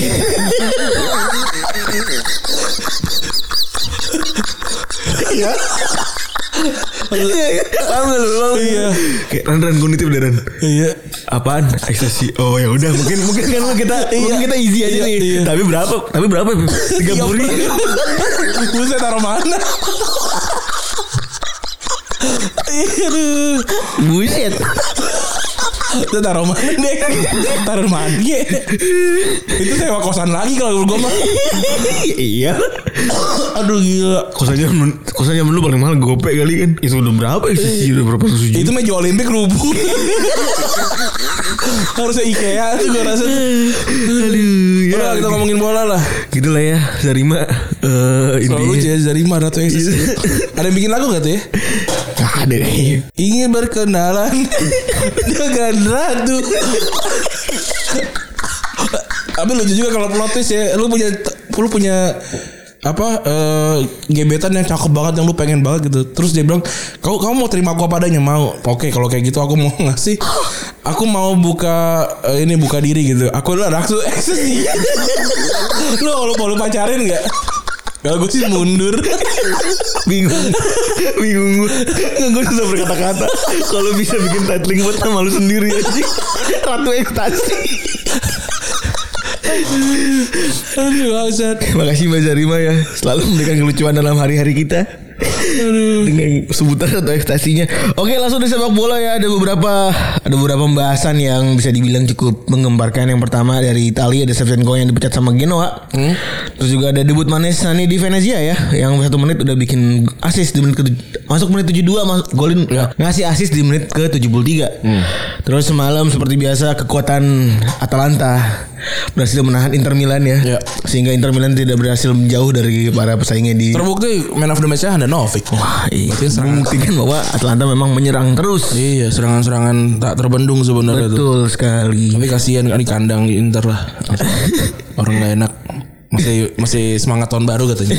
Iya. Iya, iya. Paham gak lu? Paham gak? Iya. Kayak Ran Ran gue nitip deh Ran. Iya. Apaan? Ekstasi. Oh ya udah mungkin mungkin kan kita mungkin kita easy aja Iya, nih. iya. Tapi berapa? Tapi berapa? Tiga puluh ribu. Buset taruh mana? Aduh. Buset. Itu taruh mana deh? Taruh mana? Itu sewa kosan lagi kalau gue mah. Iya. Aduh gila. Kosannya kosannya dulu paling mahal gopek kali kan. Itu udah berapa ya sih? Udah berapa ratus juta? Itu meja Olimpik rubuh. Harusnya IKEA tuh gue rasa. Aduh, ya. Udah kita ngomongin bola lah. Gitu lah ya, Zarima. Eh Selalu intinya. ya Zarima Ratu Eksis. Ada yang bikin lagu gak tuh ya? Gak ada kayaknya. Ingin berkenalan dengan Ratu. Tapi lucu juga kalau plot twist ya. Lu punya lu punya apa eh, gebetan yang cakep banget yang lu pengen banget gitu. Terus dia bilang, "Kau kamu mau terima aku apa adanya?" Mau. Oke, kalau kayak gitu aku mau ngasih. Aku mau buka eh, ini buka diri gitu. Aku udah Ratu Eksis nih. Lu lu mau lu pacarin enggak? Kalau gue sih mundur. Bingung. Bingung gue. Nggak, gue susah berkata-kata. Kalau bisa bikin titling buat nama lu sendiri aja. Ratu Ekstasi. Aduh, Ustaz. Makasih Mbak Zarima ya, selalu memberikan kelucuan dalam hari-hari kita. Aduh. Dengan sebutan atau ekstasinya. Oke, langsung di sepak bola ya. Ada beberapa Ada beberapa pembahasan yang bisa dibilang cukup menggemparkan. Yang pertama dari Italia, ada Shevchenko yang dipecat sama Genoa. hmm? Terus juga ada debut Manes nih di Venezia ya, yang satu menit udah bikin assist di menit ke masuk menit tujuh puluh dua, mas, golin ya. Ngasih assist di menit ke tujuh puluh tiga. hmm. Terus semalam seperti biasa kekuatan Atalanta berhasil menahan Inter Milan ya, Ya. sehingga Inter Milan tidak berhasil menjauh dari para pesaingnya di. Terbukti man of the match-nya ada Novik. Wah, iya. Berarti serangan- Membuktikan bahwa Atalanta memang menyerang terus. Iya, serangan-serangan tak terbendung sebenarnya tuh. Betul sekali. Tapi kasihan kan di kandang di Inter lah. Orang gak enak. Masih masih semangat tahun baru katanya.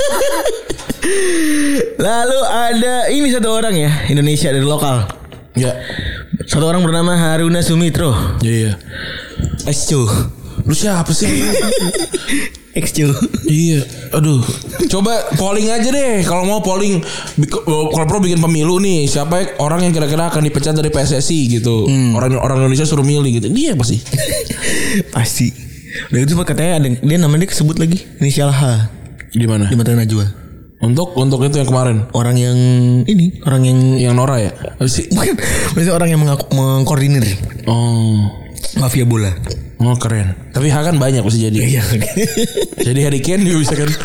Lalu ada ini satu orang ya, Indonesia dari lokal. Ya. Satu orang bernama Haruna Sumitro. Iya. Exco. Lu siapa sih? Exco. Iya. Aduh. Coba polling aja deh. Kalau mau polling, bik- kalau pro bikin pemilu nih, siapa orang yang kira-kira akan dipecat dari P S S I gitu. Orang orang Indonesia suruh milih gitu. Dia apa sih? Pasti. Udah itu katanya ada dia namanya kesebut lagi inisial H Di mana? di mata Najwa. Untuk untuk itu yang kemarin. Orang yang ini, orang yang Yang Nora ya? Apa sih? bukan, maksudnya orang yang mengaku, mengkoordinir Oh. mafia bola. Oh keren. Tapi H kan banyak bisa jadi. Iya. Jadi Harry Kane juga bisa kan.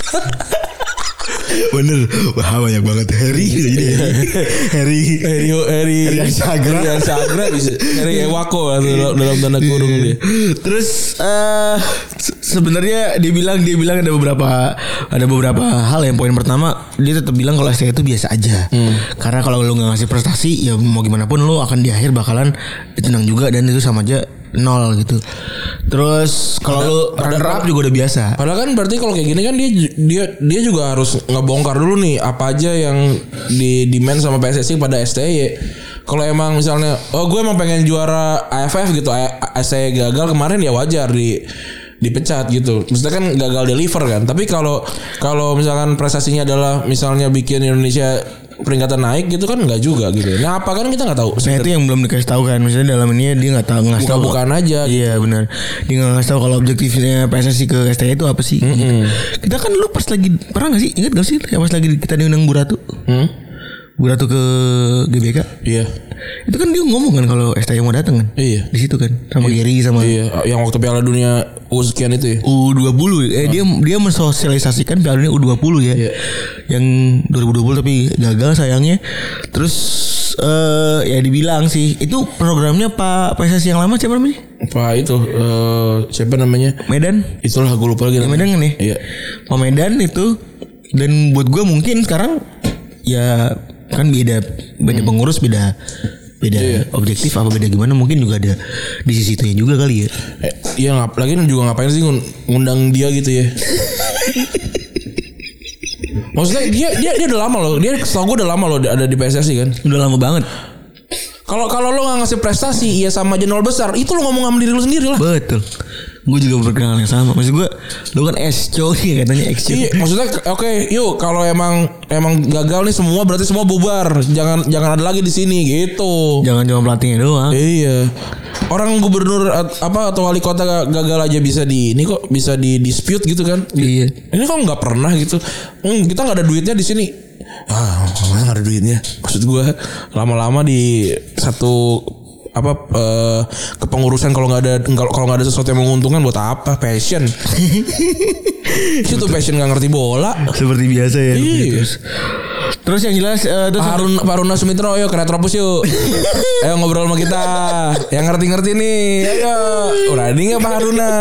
Bener. Wah, banyak banget Harry jadi Harry. Harry Harry Harry Sagra. Harry Sagra bisa. Harry Ewako dalam, dalam tanda kurung dia. Terus eh se- sebenarnya dia bilang dia bilang ada beberapa ada beberapa hal. Yang poin pertama dia tetap bilang kalau saya itu biasa aja. Hmm. Karena kalau lu nggak ngasih prestasi ya mau gimana pun lu akan di akhir bakalan ditendang juga dan itu sama aja nol gitu. Terus kalau lu runner up juga udah biasa. Padahal kan berarti kalau kayak gini kan dia dia dia juga harus ngebongkar dulu nih apa aja yang di demand sama P S S I pada S T Y. Kalau emang misalnya oh gue emang pengen juara A F F gitu, S T Y gagal kemarin ya wajar di dipecat gitu. Maksudnya kan gagal deliver kan. Tapi kalau kalau misalkan prestasinya adalah misalnya bikin Indonesia peringkatan naik gitu kan enggak juga gitu. Nah, apa kan kita enggak tahu. Nah, itu yang belum dikasih tahu kan. Misalnya dalam ini dia enggak tahu ngasih tahu. Bukan aja. Iya, benar. Dia enggak ngasih tahu kalau objektifnya P S S I ke S T Y itu apa sih. Mm-hmm. Kita kan dulu pas lagi pernah enggak sih? Ingat enggak sih ya pas lagi kita diundang Bu Ratu? Hmm? Bu Ratu ke G B K? Iya. Itu kan dia ngomong kan kalau S T Y mau datang kan? Iya. Di situ kan sama iya. Gary sama iya, yang waktu Piala Dunia U sekian itu ya. U dua puluh. Eh oh. dia dia mensosialisasikan Piala Dunia U dua puluh ya. Iya. Yang dua ribu dua puluh tapi gagal sayangnya. Terus uh, ya dibilang sih itu programnya Pak P S S I yang lama siapa namanya? Pak itu uh, siapa namanya? Medan. Itulah gue lupa lagi. Ya, Medan kan ya? Iya. Pak Medan itu dan buat gue mungkin sekarang ya kan beda beda pengurus beda beda iya. objektif apa beda gimana mungkin juga ada di sisi itunya juga kali ya. Eh, iya ngap lagi juga ngapain sih ngundang dia gitu ya. Maksudnya dia dia dia udah lama loh. Dia setahu gue udah lama loh ada di P S S I kan. Udah lama banget. Kalau kalau lo nggak ngasih prestasi iya sama jenol besar itu lo ngomong sama diri lo sendiri lah. Betul. Gue juga berkenal yang sama. Maksud gue lu kan S-Co nih katanya S-Co. Iya, maksudnya oke, okay, yuk kalau emang emang gagal nih semua berarti semua bubar. Jangan jangan ada lagi di sini gitu. Jangan cuma pelatihnya doang. Iya. Orang gubernur apa atau wali kota gagal aja bisa di ini kok bisa di dispute gitu kan. Iya. Ini kok enggak pernah gitu. Hmm, kita enggak ada duitnya di sini. Ah, mana enggak ada duitnya. Maksud gue lama-lama di satu apa uh, kepengurusan kalau nggak ada kalau nggak ada sesuatu yang menguntungkan buat apa passion itu passion nggak ngerti bola seperti biasa ya. Iya. Terus yang jelas uh, Pak Harun Pak Haruna Sumitro ayo ke Retropus yuk. Ayo ngobrol sama kita yang ngerti-ngerti nih. Ayo berani nggak Pak Haruna?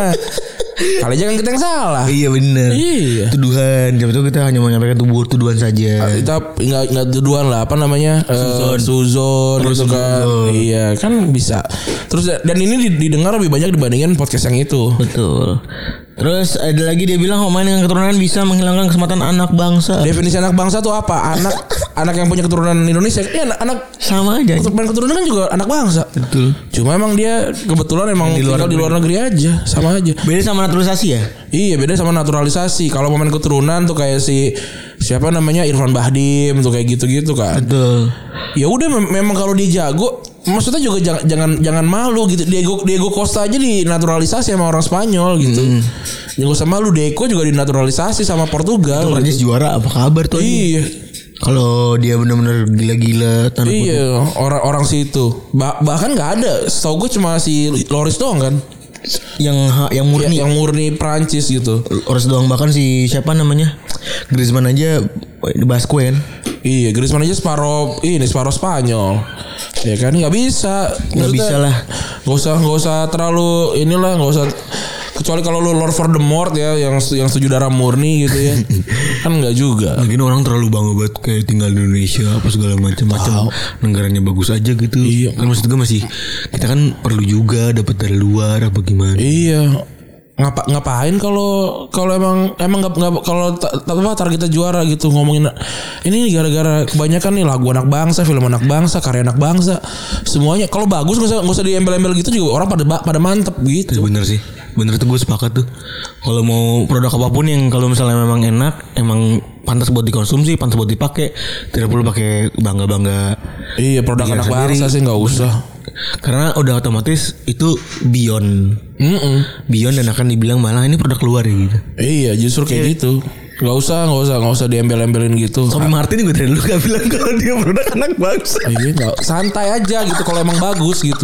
Kali aja kan kita yang salah. Iya benar. Iya. Tuduhan. Jam itu kita hanya menyampaikan tubuh tuduhan saja. Kita nggak nggak tuduhan lah. Apa namanya? Suzon. Uh, Suzon. Gitu kan. Iya kan bisa. Terus dan ini didengar lebih banyak dibandingkan podcast yang itu. Betul. Terus ada lagi dia bilang pemain dengan keturunan bisa menghilangkan kesempatan anak bangsa. Definisi anak bangsa tuh apa? Anak anak yang punya keturunan Indonesia. Iya anak, anak sama aja. Pemain keturunan kan juga anak bangsa. Betul. Cuma emang dia kebetulan emang di luar tinggal negeri. di luar negeri aja, sama aja. Beda sama naturalisasi ya? Iya, beda sama naturalisasi. Kalau pemain keturunan tuh kayak si siapa namanya Irfan Bahdim tuh kayak gitu-gitu kan. Betul. Ya udah mem- memang kalau dia jago maksudnya juga jangan jangan jangan malu gitu. Diego Diego Costa aja dinaturalisasi sama orang Spanyol gitu. Hmm. Jangan usah malu. Deco juga dinaturalisasi sama Portugal. Itu Prancis gitu. Juara apa kabar tuh? Iya. Kalau dia benar-benar gila-gila tanah iya, orang-orang situ. Bah- bahkan nggak ada. Setahu gue cuma si Loris doang kan. Yang yang murni ya, yang murni Prancis gitu. Loris doang, bahkan si siapa namanya? Griezmann aja di Basque kan. Iya, Griezmann aja separuh ini separuh Spanyol. Ya kan nggak bisa. Nggak bisa lah. Nggak usah nggak usah terlalu inilah nggak usah. Kecuali kalau lu Lord Voldemort ya yang yang setuju darah murni gitu ya. Kan enggak juga. Lagi orang terlalu bangga banget kayak tinggal di Indonesia apa segala macam-macam. Wow. Negaranya bagus aja gitu. Iya. Kan maksud gue masih kita kan perlu juga dapat dari luar apa gimana. Iya. Ngapa ngapain kalau kalau emang emang nggak nggak kalau apa target kita juara gitu ngomongin ini gara-gara kebanyakan nih lagu anak bangsa, film anak bangsa, karya anak bangsa semuanya kalau bagus nggak usah nggak usah diembel-embel gitu juga orang pada pada mantep gitu. Bener sih, bener tuh gue sepakat tuh. Kalau mau produk apapun yang kalau misalnya memang enak, emang pantas buat dikonsumsi, pantas buat dipakai, tidak perlu pakai bangga-bangga. Iya produk anak bangsa sih nggak usah. Karena udah otomatis itu beyond Mm-mm. beyond dan akan dibilang malah ini produk luar ya gitu. Iya justru kayak yeah. gitu. Gak usah, gak usah, gak usah diembel-embelin gitu. Sophie Martin gue dari dulu gak bilang kalau dia produk anak bangsa. Iya gak, santai aja gitu kalau emang bagus gitu.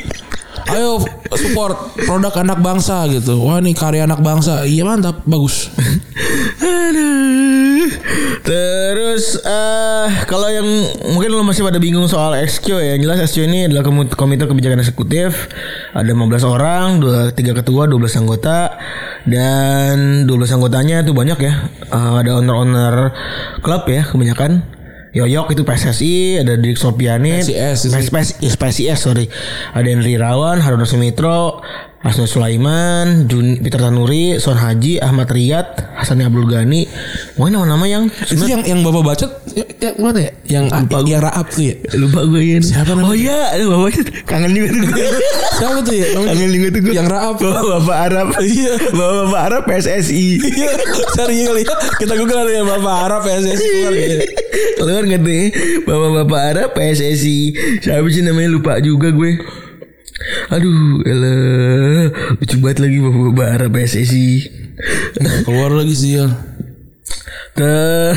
Ayo support produk anak bangsa gitu. Wah nih karya anak bangsa. Iya mantap, bagus. Aduh. Terus uh, kalau yang mungkin lo masih pada bingung soal S Q ya, jelas S Q ini adalah komite kebijakan eksekutif. Ada lima belas orang, dua, tiga ketua, dua belas anggota. Dan dua belas anggotanya itu banyak ya. Uh, ada owner-owner klub ya kebanyakan. Yoyok itu P S S I, ada Dik Sopianit, P S I S, P S I S, P S I S sorry, ada Henry Irawan, Haruna Sumitro, Asna Sulaiman, Jun, Peter Tanuri, Son Haji, Ahmad Riyad, Hasan Abdul Ghani, mungkin nama-nama yang itu yang yang bapak bacot, ya, ya, mana ya? Yang lupa yang Raab tuh ya? Lupa gue ya. Siapa namanya? Oh iya, aduh bapak kangen juga tuh gue. Siapa tuh ya? Kangen juga tuh gue. Yang Raab, bapak Arab. Iya, bapak Arab P S S I. Iya, cari kali ya. Kita google ada ya bapak Arab P S S I keluar ya. Keluar nggak tuh? Bapak-bapak Arab P S S I. Siapa sih namanya lupa juga gue. Aduh, elah, lucu banget lagi bapak-bapak Arab P S S I. Keluar lagi sih ya. Ke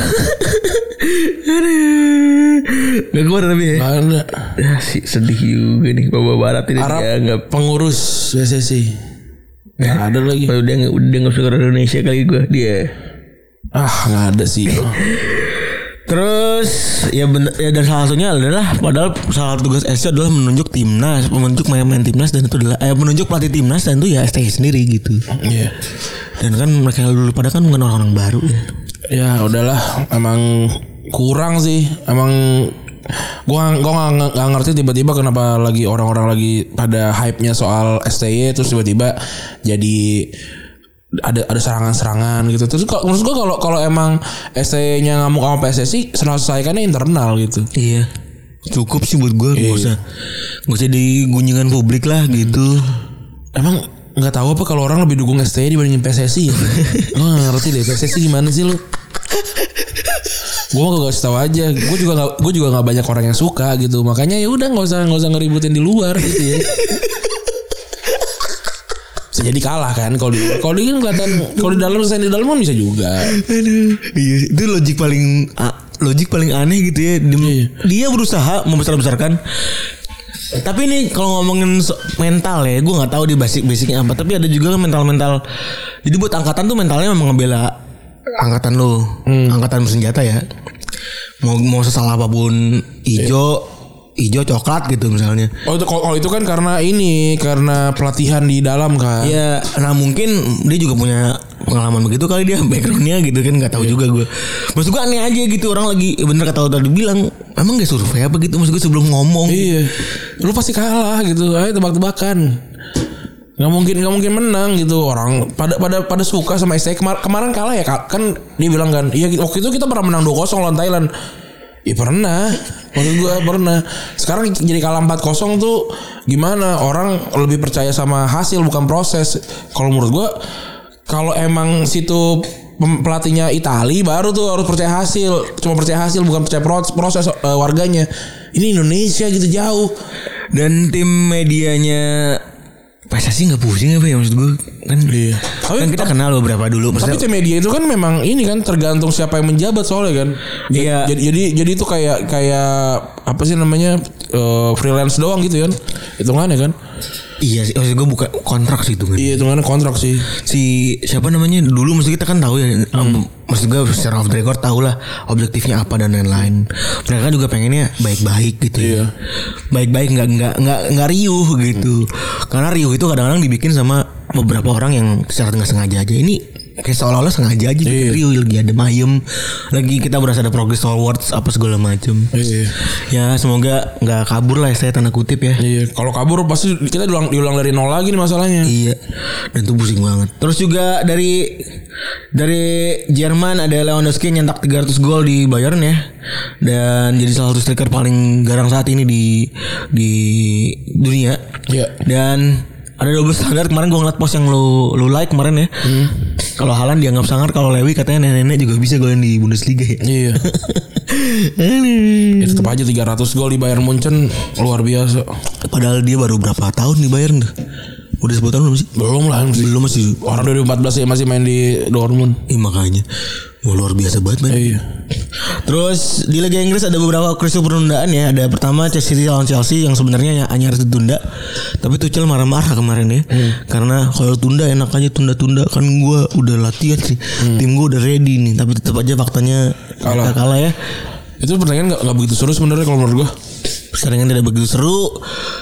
Gak keluar tapi ya. Gak ada. Ya sih sedih juga nih bapak-bapak Arab tidak Arab dianggap pengurus P S S I. Gak ada lagi. Udah nggak udah nggak suka Indonesia kali gue dia. Ah nggak ada sih. Terus ya bener, ya dan salah satunya adalah padahal salah satu tugas S C adalah menunjuk timnas, menunjuk main-main timnas dan itu adalah eh menunjuk pelatih timnas dan itu ya S T I sendiri gitu. Iya. Yeah. Dan kan mereka dulu pada kan bukan orang-orang baru ya. Ya udahlah, emang kurang sih, emang gua gua nggak nggak ngerti tiba-tiba kenapa lagi orang-orang lagi pada hype-nya soal S T Y terus tiba-tiba jadi ada ada serangan-serangan gitu. Terus kok menurut gua kalau kalau emang S T Y-nya ngamuk sama P S S I selesaikannya internal gitu. Iya. Cukup sih buat gua, enggak usah. Enggak usah digunjingan publik lah gitu. Emang enggak tahu apa kalau orang lebih dukung S T Y dibandingin P S S I ya. Gua enggak ngerti deh P S S I gimana sih lu? Gue gak kasih tahu aja. Gue juga gak, gue juga nggak banyak orang yang suka gitu. Makanya ya udah nggak usah nggak usah ngeributin di luar gitu ya. Bisa jadi kalah kan kalau di kalau di kan kelihatan kalau di dalam saya di dalam kan bisa juga. Aduh, iya itu logik paling logik paling aneh gitu ya. Dia, iya. dia berusaha membesar-besarkan. Tapi ini kalau ngomongin mental ya, gue nggak tahu di basic-basicnya apa. Tapi ada juga mental-mental. Jadi buat angkatan tuh mentalnya memang ngebela angkatan lo, hmm. angkatan bersenjata ya. Mau mau sesalah apapun hijau. Iya. Hijau coklat gitu misalnya. Oh itu kalau itu kan karena ini karena pelatihan di dalam kan. Iya, nah mungkin dia juga punya pengalaman begitu kali dia backgroundnya gitu kan nggak tahu yeah. juga gue. Maksud gue aneh aja gitu orang lagi bener kata tadi bilang emang gak survei apa gitu maksud gue sebelum ngomong. Iya, lu pasti kalah gitu, ayo tebak-tebakan. Gak mungkin gak mungkin menang gitu orang pada pada pada suka sama S T I Kemar- kemarin kalah ya kan dia bilang kan iya waktu itu kita pernah menang dua kosong lawan Thailand. Iya pernah. Maksud gue pernah. Sekarang jadi kalah empat kosong tuh gimana? Orang lebih percaya sama hasil bukan proses. Kalau menurut gue kalau emang situ pelatihnya Itali baru tuh harus percaya hasil. Cuma percaya hasil bukan percaya proses uh, warganya. Ini Indonesia gitu jauh. Dan tim medianya P S S I gak pusing apa ya maksud gue kan, iya. Kan kita kenal beberapa dulu. Tapi tim media itu kan memang ini kan tergantung siapa yang menjabat soalnya kan. Iya. Jadi jadi jadi itu kayak kayak apa sih namanya uh, freelance doang gitu kan. Hitungannya kan. Iya sih, maksud gue bukan kontrak sih itu kan. Iya hitungannya kontrak sih. Si siapa namanya dulu maksud kita kan tahu ya. Hmm. Um, maksud gue secara off the record tahu lah objektifnya apa dan lain-lain. Mereka juga pengennya baik-baik gitu. Iya. Ya. Baik-baik nggak nggak nggak nggak riuh gitu. Hmm. Karena riuh itu kadang-kadang dibikin sama beberapa orang yang secara nggak sengaja aja. Ini kayak seolah-olah sengaja aja gitu. Riuh lagi ada mayem. Lagi kita berasa ada progress awards apa segala macam. Iya. Ya semoga nggak kabur lah saya tanda kutip ya. Iya. Kalau kabur pasti kita diulang diulang dari nol lagi nih masalahnya. Iya. Dan itu pusing banget. Terus juga dari dari Jerman ada Lewandowski nyetak tiga ratus gol di Bayern ya. Dan jadi salah satu striker paling garang saat ini di di dunia. Iya. Dan ada double standar kemarin gue ngeliat post yang lu lu like kemarin ya. Hmm. Kalau Haaland dianggap sangar, kalau Lewy katanya nenek-nenek juga bisa golin di Bundesliga ya. Iya. Ya tetap aja tiga ratus gol di Bayern Munchen luar biasa. Padahal dia baru berapa tahun di Bayern tuh? Udah sepuluh tahun belum sih? Belum lah. Belum masih. Orang dua ribu empat belas ya masih main di Dortmund. Iya makanya. Wah, luar biasa banget man. Iya. Terus di Liga Inggris ada beberapa kristal penundaan ya. Ada pertama Chelsea lawan Chelsea yang sebenarnya hanya harus ditunda. Tapi Tuchel marah-marah kemarin ya. Hmm. Karena kalau tunda enak aja tunda-tunda kan gue udah latihan sih. Hmm. Tim gue udah ready nih. Tapi tetap aja faktanya kalah, kalah ya. Itu pertandingan gak, gak begitu seru sebenarnya kalau menurut gue. Pertandingan tidak begitu seru.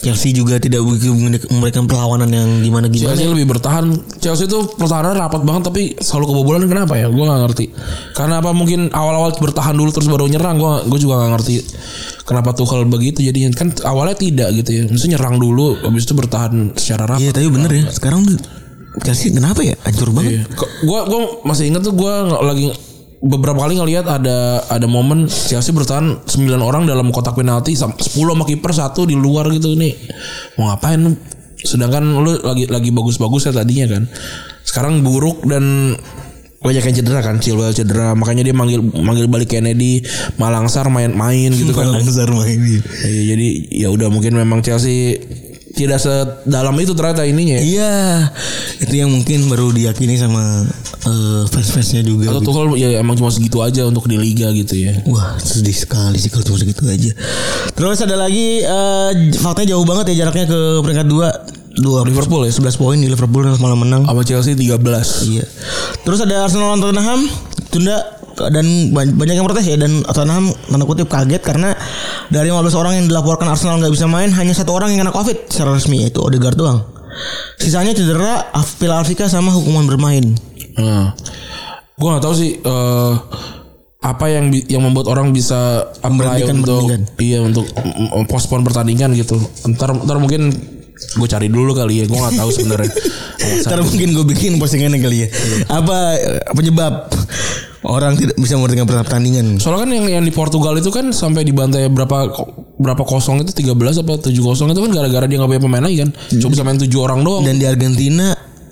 Chelsea juga tidak memberikan perlawanan yang gimana-gimana. Chelsea lebih bertahan. Chelsea itu pertahanan rapat banget tapi selalu kebobolan. Kenapa ya? Gue nggak ngerti. Karena apa mungkin awal-awal bertahan dulu terus baru nyerang. Gue gue juga nggak ngerti kenapa Tuchel begitu jadinya. Kan awalnya tidak gitu ya. Maksudnya nyerang dulu, habis itu bertahan secara rapat. Iya tapi bener ya. Sekarang Chelsea kenapa ya? Hancur banget. Iya. Gue gue masih ingat tuh gue lagi beberapa kali ngelihat ada ada momen Chelsea bertahan sembilan orang dalam kotak penalti, sepuluh sama kiper, satu di luar gitu nih. Mau ngapain lu? Sedangkan lu lagi lagi bagus-bagus ya tadinya kan. Sekarang buruk dan banyak yang cedera kan, Chilwell cedera, makanya dia manggil manggil balik Kennedy, Malangsar main-main gitu kan. Malangsar main. Iya, jadi ya udah mungkin memang Chelsea tidak sedalam itu ternyata ininya. Iya, itu yang mungkin baru diyakini sama uh, fans-fansnya juga. Atau gitu. Tuchel ya emang cuma segitu aja untuk di liga gitu ya. Wah sedih sekali sih kalau cuma segitu aja. Terus ada lagi uh, faktanya jauh banget ya jaraknya ke peringkat dua. Dua Liverpool ya sebelas poin di Liverpool yang malah menang. Sama Chelsea tiga belas. Iya. Terus ada Arsenal lawan Tottenham tunda dan banyak yang protes ya, dan Tottenham tanda kutip kaget karena dari lima belas orang yang dilaporkan Arsenal nggak bisa main hanya satu orang yang kena Covid secara resmi, yaitu Odegaard doang. Sisanya cedera, Phil Alvika sama hukuman bermain. Nah, gue nggak tahu sih uh, apa yang yang membuat orang bisa apply untuk iya untuk postpone pertandingan gitu. Ntar ntar mungkin gue cari dulu kali ya, gue nggak tahu sebenarnya. Ntar mungkin gue bikin postingannya kali ya. Apa penyebab orang tidak bisa mempertandingkan pertandingan? Soalnya kan yang yang di Portugal itu kan sampai dibantai berapa berapa kosong itu tiga belas apa tujuh kosong itu kan gara-gara dia nggak punya pemain lagi kan. Cuma bisa main tujuh orang doang. Dan di Argentina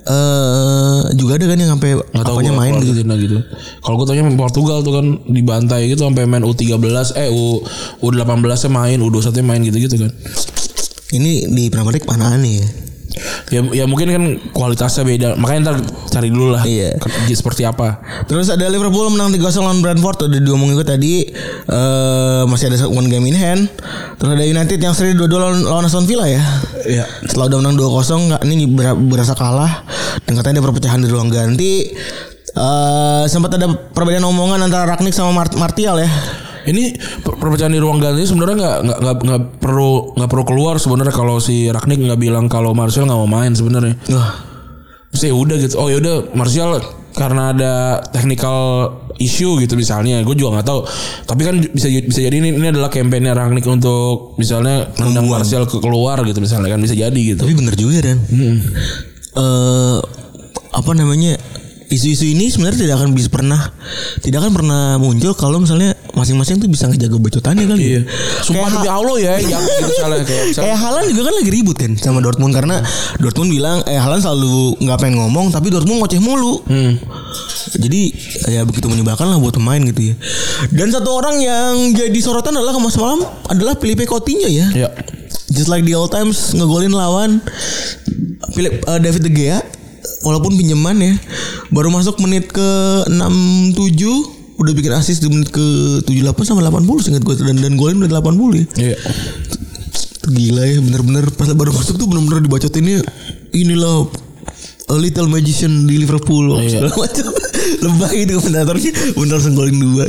uh, juga ada kan yang sampai apanya main gitu. gitu. Kalau gue tanya Portugal tuh kan dibantai gitu sampai main U tiga belas eh U U delapan belas-nya main, U dua puluh satu-nya main gitu-gitu kan. Ini di Premier League mana nih ya? Ya, ya mungkin kan kualitasnya beda. Makanya ntar cari dulu lah. Iya. Seperti apa. Terus ada Liverpool menang tiga nol lawan Brentford. Udah diomongin gue tadi. Uh, masih ada one game in hand. Terus ada United yang seri dua dua lawan, lawan Aston Villa ya. Iya. Setelah udah menang dua kosong, ini berasa kalah. Dan katanya ada perpecahan di ruang ganti. Uh, sempat ada perbedaan omongan antara Rangnick sama Mart- Martial ya. Ini perpecahan di ruang ganti sebenarnya nggak nggak nggak nggak perlu nggak perlu keluar sebenarnya kalau si Rangnick nggak bilang kalau Martial nggak mau main sebenarnya. Wah, sih udah gitu. Oh ya udah Martial karena ada technical issue gitu misalnya. Gue juga nggak tahu. Tapi kan bisa bisa jadi ini ini adalah kampanye Rangnick untuk misalnya nendang Martial ke keluar gitu misalnya kan bisa jadi gitu. Tapi benar juga Dan. Hmm. Uh, apa namanya? Isu-isu ini sebenarnya tidak akan bisa pernah tidak akan pernah muncul kalau misalnya masing-masing tuh bisa ngejaga bacotannya kali. Iya. Sumpah demi Allah ya yang gitu salah kayak kayak Haaland juga kan lagi ribut kan sama Dortmund karena hmm. Dortmund bilang eh Haaland selalu nggak pengen ngomong tapi Dortmund ngoceh mulu. Hmm. Jadi ya begitu menyebalkan lah buat pemain gitu ya. Dan satu orang yang jadi sorotan adalah kemarin malam adalah Philippe Coutinho ya. Iya. Just like the old times ngegolin lawan Philip uh, David De Gea. Walaupun pinjaman ya, baru masuk menit ke enam puluh tujuh udah bikin assist di menit ke tujuh puluh delapan sama delapan puluh seingat gue, dan dan golin menit delapan puluh ya. Iya. Gila ya, bener-bener pas baru masuk tuh bener-bener dibacotinnya inilah a little magician di Liverpool. Iya. Lebay itu komentatornya bener langsung golin dua.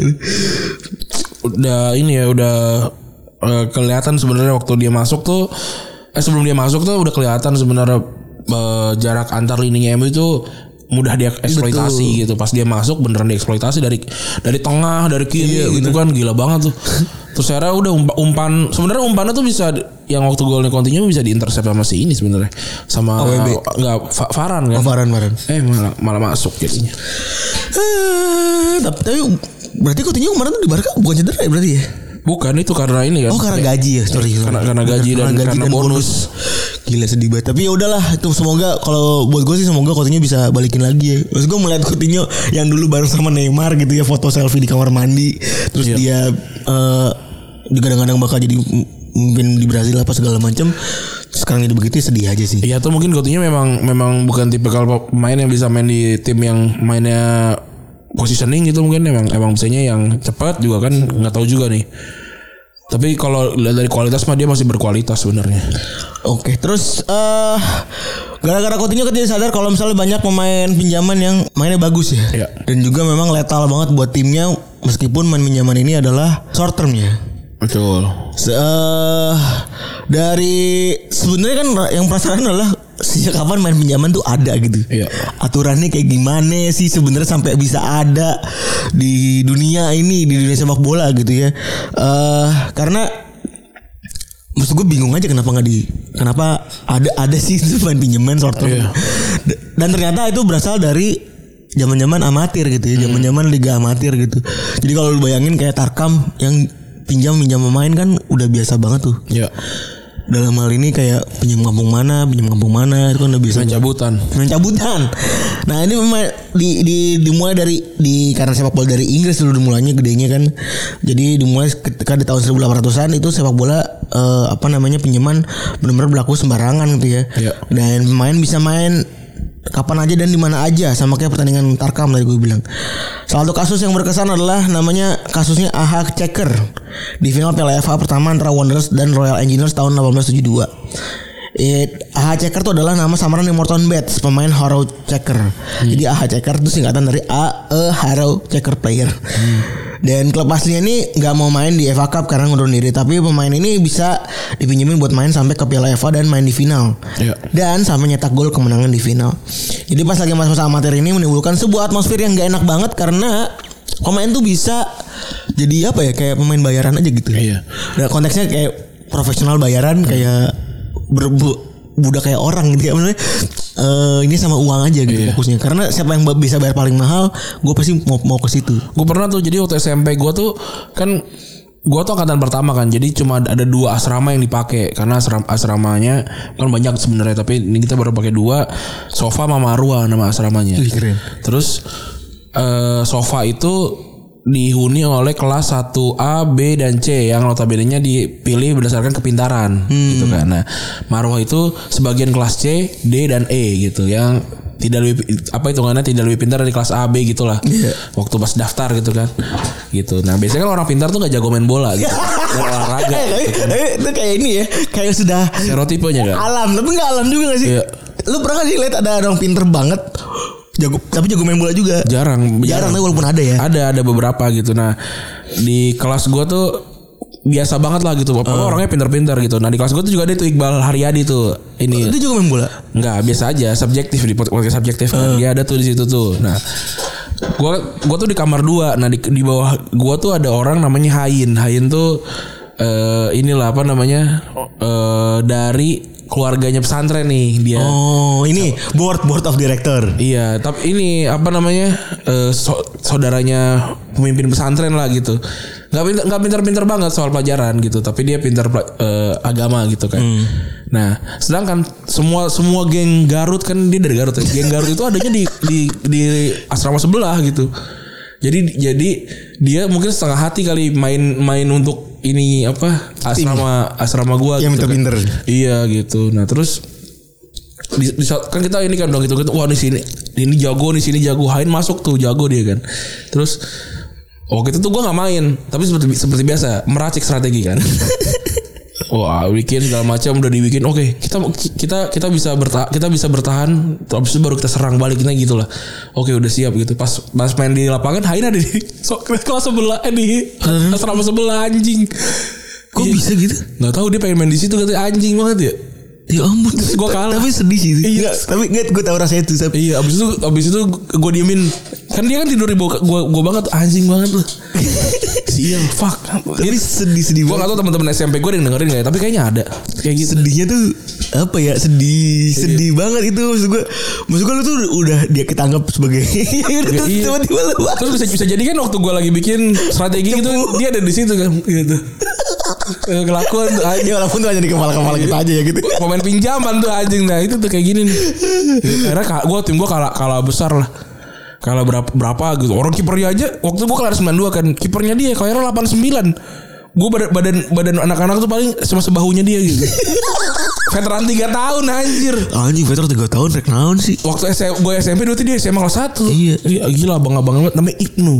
Udah ini ya udah uh, kelihatan sebenarnya waktu dia masuk tuh eh sebelum dia masuk tuh udah kelihatan sebenarnya Uh, jarak antar lini M U itu mudah dieksploitasi. Betul. Gitu. Pas dia masuk beneran dieksploitasi dari dari tengah, dari kiri, iya, gitu bener. Kan gila banget tuh. Terus saya udah umpan, umpan sebenarnya umpannya tuh bisa yang waktu golnya Coutinho bisa diintercept sama si ini sebenarnya. Sama enggak uh, Varane kan. Oh, Varane Varane. Eh malah malah masuk jadinya. Uh, tapi, tapi berarti Coutinho kemarin tuh di Barca bukan cedera ya berarti ya? Bukan, itu karena ini kan. Oh karena gaji ya, sorry. Karena, karena gaji karena dan gaji karena dan bonus. bonus. Gila sedih banget. Tapi ya udahlah, itu semoga kalau buat gue sih semoga Coutinho bisa balikin lagi ya. Maksud gue melihat Coutinho yang dulu bareng sama Neymar gitu ya, foto selfie di kamar mandi, terus iya. dia uh, digadang-gadang bakal jadi mungkin di Brazil apa segala macam. Sekarang jadi begitu sedih aja sih. Iya, tuh mungkin Coutinho memang memang bukan tipikal pemain yang bisa main di tim yang mainnya positioning gitu, mungkin emang emang bisanya yang cepat juga kan, nggak tahu juga nih. Tapi kalau dari kualitas mah dia masih berkualitas sebenarnya. Oke, terus uh, gara-gara Coutinho ketika sadar kalau misalnya banyak pemain pinjaman yang mainnya bagus ya, ya. Dan juga memang letal banget buat timnya meskipun main pinjaman ini adalah short term ya. Betul. Se- uh, dari sebenarnya kan yang penasaran adalah sejak kapan main pinjaman tuh ada gitu. Iya. Aturannya kayak gimana sih sebenarnya sampai bisa ada di dunia ini, di dunia sepak bola gitu ya. Uh, karena maksud gue bingung aja kenapa nggak di kenapa ada ada sih itu main pinjaman short term. Iya. Dan ternyata itu berasal dari zaman-zaman amatir gitu ya, zaman-zaman liga amatir gitu. Jadi kalau lu bayangin kayak Tarkam yang pinjam pinjam pemain kan udah biasa banget tuh. Iya. Dalam hal ini kayak pinjam kampung mana, pinjam kampung mana itu kan udah biasa. Pencabutan. Pencabutan. Nah ini memang di, di dimulai dari di karena sepak bola dari Inggris dulu dimulainya gedenya kan. Jadi dimulai ketika di tahun seribu delapan ratusan itu sepak bola eh, apa namanya pinjaman benar-benar berlaku sembarangan gitu ya. Iya. Dan pemain bisa main kapan aja dan di mana aja sama kayak pertandingan Tarkam tadi gue bilang. Salah satu kasus yang berkesan adalah namanya kasusnya A H Checker di final Piala F A pertama antara Wanderers dan Royal Engineers tahun delapan belas tujuh puluh dua. It, A H Checker itu adalah nama samaran dari Morton Bates, pemain Harrow Checker. Hmm. Jadi A H Checker itu singkatan dari A A Harrow Checker Player. Hmm. Dan klub aslinya ini nggak mau main di F A Cup karena ngundurin diri, tapi pemain ini bisa dipinjemin buat main sampai ke Piala F A dan main di final. Yeah. Dan sampai nyetak gol kemenangan di final. Jadi pas lagi masa-masa amatir ini menimbulkan sebuah atmosfer yang nggak enak banget karena pemain tuh bisa jadi apa ya kayak pemain bayaran aja gitu. Iya. Dan konteksnya kayak profesional bayaran kayak berbu budak kayak orang gitu ya maksudnya uh, ini sama uang aja gitu. Iya. Fokusnya karena siapa yang bisa bayar paling mahal gue pasti mau mau ke situ. Gue pernah tuh jadi waktu S M P gue tuh kan gue tuh angkatan pertama kan, jadi cuma ada dua asrama yang dipakai karena asram, asramanya kan banyak sebenarnya, tapi ini kita baru pakai dua, Sofa sama Marwa nama asramanya. Ih, keren. Terus uh, Sofa itu dihuni oleh kelas satu A, B dan C yang notabene-nya dipilih berdasarkan kepintaran hmm. gitu kan. Nah, Marwah itu sebagian kelas C, D dan E gitu yang tidak lebih apa hitungannya tidak lebih pintar dari kelas A, B gitulah. Yeah. Waktu pas daftar gitu kan. Gitu. Nah, biasanya kan orang pintar tuh enggak jago main bola gitu. Dan olahraga. Gitu kan. Itu kayak ini ya, kayak sudah stereotipenya kan. Alam, tapi enggak alam juga enggak sih? Yeah. Lu pernah enggak sih lihat ada orang pintar banget jago tapi jago main bola juga? Jarang, jarang, jarang tapi walaupun ada ya. Ada, ada beberapa gitu. Nah, di kelas gua tuh biasa banget lah gitu. Apa uh. orangnya pintar-pintar gitu. Nah, di kelas gua tuh juga ada tuh Iqbal Haryadi tuh. Ini. Itu juga main bola? Enggak, biasa aja, subjektif di podcast subjektif kan. Uh. Dia ada tuh di situ tuh. Nah, gua gua tuh di kamar dua. Nah, di di bawah gua tuh ada orang namanya Hain. Hain tuh uh, inilah apa namanya? Uh, dari keluarganya pesantren nih dia. Oh, ini so, board board of director. Iya, tapi ini apa namanya? Uh, so, saudaranya pemimpin pesantren lah gitu. Gak pintar, gak pintar-pintar banget soal pelajaran gitu, tapi dia pintar uh, agama gitu kan. Hmm. Nah, sedangkan semua semua geng Garut kan dia dari Garut. Ya. Geng Garut itu adanya di di di asrama sebelah gitu. Jadi jadi dia mungkin setengah hati kali main main untuk ini apa asrama asrama gua yang gitu pinter. Kan. Iya gitu. Nah terus di, di, kan kita ini kan dong gitu gitu. Wah di sini ini jago di sini jago, Hain masuk tuh jago dia kan. Terus oh gitu tuh gua nggak main, tapi seperti seperti biasa meracik strategi kan. Wah, bikin segala macam udah dibikin. Oke, okay, kita kita kita bisa bertahan, kita bisa bertahan. Habis itu baru kita serang balik gitu lah. Oke, okay, udah siap gitu. Pas pas main di lapangan, Hain ada di so, kelas sebelah, eh, di asrama sebelah anjing. Kok bisa gitu? Nggak tahu dia pengen main di situ katanya anjing banget ya. Ya ampun, terus gue kalah. Tapi sedih sih. Iya. Tapi nggak, gue tahu rasanya itu. Tapi... Iya, abis itu abis itu gue diemin. Kan dia kan tidur di bawah gue gue banget anjing banget loh. Sial, fuck. Tapi sedih-sedih. Gue nggak tahu teman-teman S M P gue yang dengerin nggak ya, tapi kayaknya ada. Kayak gitu. Sedihnya tuh apa ya? Sedih, sedih iya. banget itu. Maksud gue, maksud gue lu tuh udah dia ketangkap sebagai. Ya udah terus iya. tiba-tiba lu. Terus bisa bisa jadi kan waktu gue lagi bikin strategi gitu, dia ada di situ kan, gitu. Kelakuan tuh aja, walaupun tuh hanya di kepala-kepala kita aja ya gitu. Pemain pinjaman tuh anjing. Nah itu tuh kayak gini nih. Akhirnya gue tim gue kalah kalah besar lah. Kalah berapa berapa gitu. Orang kipernya aja waktu gue kelar sembilan puluh dua kan. Kipernya dia kayaknya delapan puluh sembilan. Gue badan badan badan anak-anak tuh paling sama sebahunya dia gitu. Veteran tiga tahun anjir. Anjing veteran tiga tahun rek naon sih. Waktu S M P gue S M P dulu dia S M A kelas satu. Iya. Iya gila abang-abang banget namanya Ibnu.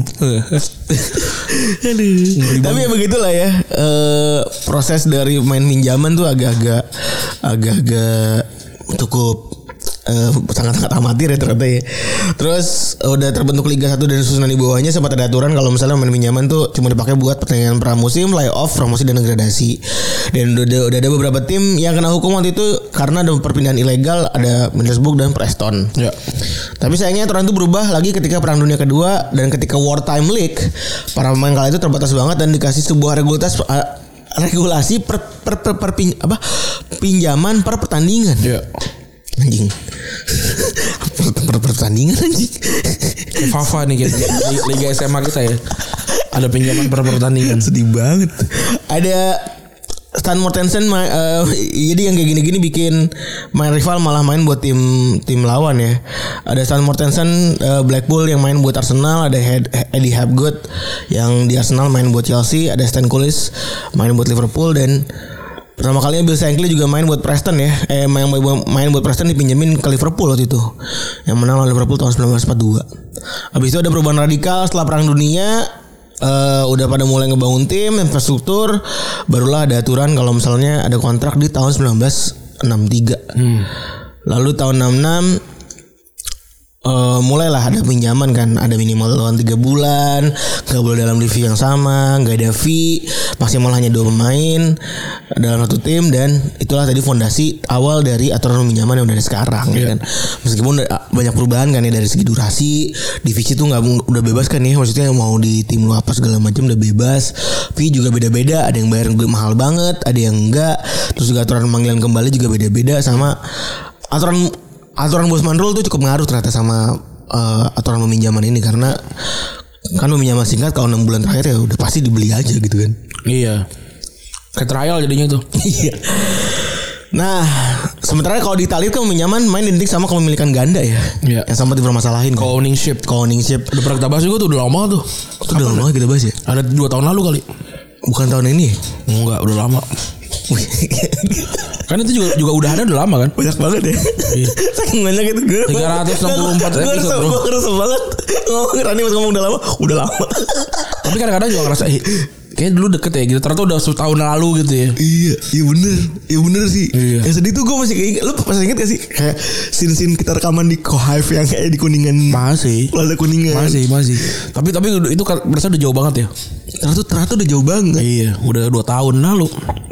Aduh. Tapi ya begitulah ya. Uh, proses dari main pinjaman tuh agak-agak agak-agak cukup uh, sangat-sangat amatir ya ternyata ya. Terus udah terbentuk Liga satu dan susunan di bawahnya sempat ada aturan kalau misalnya main pinjaman tuh cuma dipakai buat pertandingan pramusim, playoff, promosi dan degradasi. Dan udah, udah ada beberapa tim yang kena hukum waktu itu karena ada perpindahan ilegal, ada Middlesbrough dan Preston. Ya. Tapi sayangnya aturan itu berubah lagi ketika Perang Dunia Kedua dan ketika Wartime League. Para pemain kala itu terbatas banget dan dikasih sebuah regulasi uh, regulasi per, per, per, per pin, apa pinjaman per pertandingan. Ya. Anjing. per, per, per pertandingan anjing. Fafa nih gitu. Liga S M A kita ya. Ada pinjaman per pertandingan. Sedih banget. Ada Stan Mortensen uh, jadi yang kayak gini-gini bikin main rival malah main buat tim tim lawan ya. Ada Stan Mortensen uh, Blackpool yang main buat Arsenal, ada Eddie Hapgood yang di Arsenal main buat Chelsea, ada Stan Kullis main buat Liverpool dan pertama kalinya Bill Shankly juga main buat Preston ya. Eh main main buat Preston dipinjemin ke Liverpool waktu itu. Yang menang lawan Liverpool tahun sembilan belas empat puluh dua. Habis itu ada perubahan radikal setelah Perang Dunia. Uh, udah pada mulai ngebangun tim, infrastruktur, barulah ada aturan kalau misalnya ada kontrak di tahun sembilan belas enam puluh tiga. Hmm. Lalu tahun enam puluh enam uh, mulailah ada pinjaman kan, ada minimal lawan tiga bulan, nggak boleh dalam divisi yang sama, nggak ada fee, maksimal hanya dua pemain dalam satu tim dan itulah tadi fondasi awal dari aturan pinjaman yang udah ada sekarang. Yeah. Ya kan. Meskipun banyak perubahan kan ya dari segi durasi, divisi tuh nggak udah bebas kan ya, maksudnya mau di tim lu apa segala macam udah bebas, fee juga beda-beda, ada yang bayar mahal banget, ada yang enggak, terus juga aturan panggilan kembali juga beda-beda sama aturan aturan Bosman Rule tuh cukup ngaruh ternyata sama uh, aturan peminjaman ini karena kan peminjaman singkat kalau enam bulan terakhir ya udah pasti dibeli aja gitu kan. Iya. Kayak trial jadinya tuh. Iya. Nah, sementara kalau di Italia kan peminjaman main identik sama kepemilikan ganda ya. Iya. Yang sempat dipermasalahin. Co-ownership. Co-ownership. Udah pernah kita bahas juga tuh udah lama tuh. Itu udah lama kita bahas ya. Ada dua tahun lalu kali. Bukan tahun ini. Enggak, udah lama. Kan itu juga juga udah ada udah lama kan. Banyak banget ya. Iya. Saking banyak itu gue tiga ratus enam puluh empat episode bro. Gue ngerasa banget ngomong Rani pas ngomong udah lama. Udah lama. Tapi kadang-kadang juga ngerasa kayak dulu deket ya gitu. Ternyata udah setahun lalu gitu ya. Iya. Iya bener. Iya bener sih. Iya. Yang sedih tuh gue masih kayak lu masih inget gak sih kayak scene-scene kita rekaman di Kohive yang kayak di Kuningan. Masih. Plaza Kuningan. Masih masih. Tapi tapi itu berasa udah jauh banget ya. Ternyata ternyata udah jauh banget. Iya. Udah dua tahun lalu.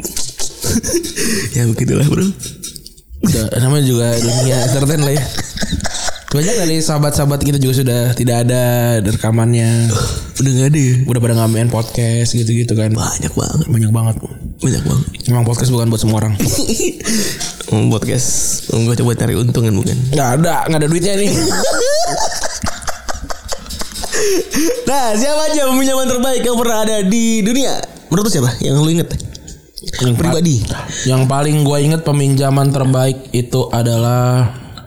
Ya begitulah bro. Udah, namanya juga dunia entertain lah ya. Banyak dari sahabat-sahabat kita juga sudah tidak ada rekamannya. Udah gak ada ya? Udah pada ngamen podcast gitu-gitu kan. Banyak banget. Banyak banget. Banyak banget. Memang podcast bukan buat semua orang. Podcast gue coba cari untung kan bukan. Gak ada. Gak ada duitnya nih. Nah siapa aja peminjaman terbaik yang pernah ada di dunia? Menurut siapa? Yang lu inget? Yang pribadi. Yang paling gue inget peminjaman terbaik itu adalah